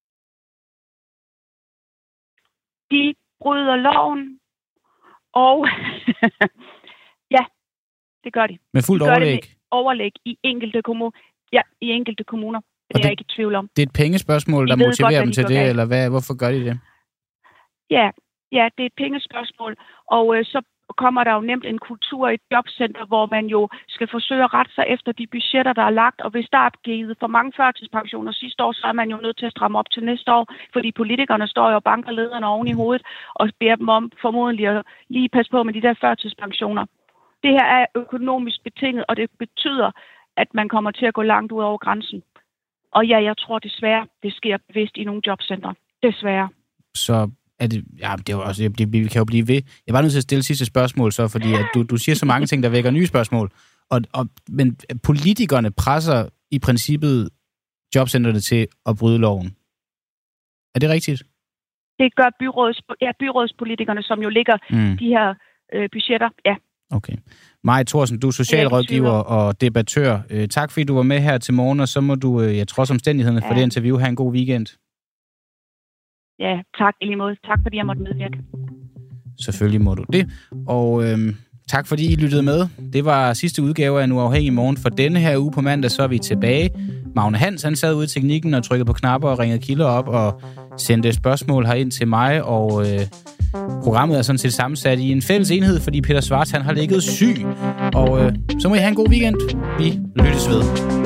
[SPEAKER 6] De bryder loven, og ja, det gør de.
[SPEAKER 1] Med fuld overlæg?
[SPEAKER 6] Med overlæg i enkelte kommuner. Ja, i enkelte kommuner. Det er jeg ikke i tvivl om.
[SPEAKER 1] Det er et pengespørgsmål, der motiverer dem til det, eller hvad? Hvorfor gør de det?
[SPEAKER 6] Ja, Ja, det er et pengespørgsmål, og så kommer der jo nemt en kultur i et jobcenter, hvor man jo skal forsøge at rette sig efter de budgetter, der er lagt, og hvis der er givet for mange førtidspensioner sidste år, så er man jo nødt til at stramme op til næste år, fordi politikerne står jo og banker lederne oven i hovedet og beder dem om formodentlig at lige passe på med de der førtidspensioner. Det her er økonomisk betinget, og det betyder, at man kommer til at gå langt ud over grænsen. Og ja, jeg tror desværre, det sker bevidst i nogle jobcentre. Desværre.
[SPEAKER 1] Så er det, ja, det er jo også, vi kan jo blive ved. Jeg var nødt til at stille sidste spørgsmål så, fordi at du siger så mange ting, der vækker nye spørgsmål. Men politikerne presser i princippet jobcentrene til at bryde loven. Er det rigtigt?
[SPEAKER 6] Det gør byrådspolitikerne, som jo ligger de her budgetter, ja.
[SPEAKER 1] Okay. Maj Thorsen, du er socialrådgiver og debattør. Tak fordi du var med her til morgen, og så må du, trods omstændighederne for det interview, have en god weekend.
[SPEAKER 6] Ja, tak i lige måde. Tak fordi jeg måtte medvirke.
[SPEAKER 1] Selvfølgelig må du det. Og tak fordi I lyttede med. Det var sidste udgave af En Uafhængig Morgen for denne her uge. På mandag så er vi tilbage. Magne Hans, han sad ude i teknikken og trykkede på knapper og ringede kilder op og sendte spørgsmål herind til mig. Og programmet er sådan set sammensat i en fælles enhed, fordi Peter Schwartz, han har ligget syg. Og så må I have en god weekend. Vi lyttes ved.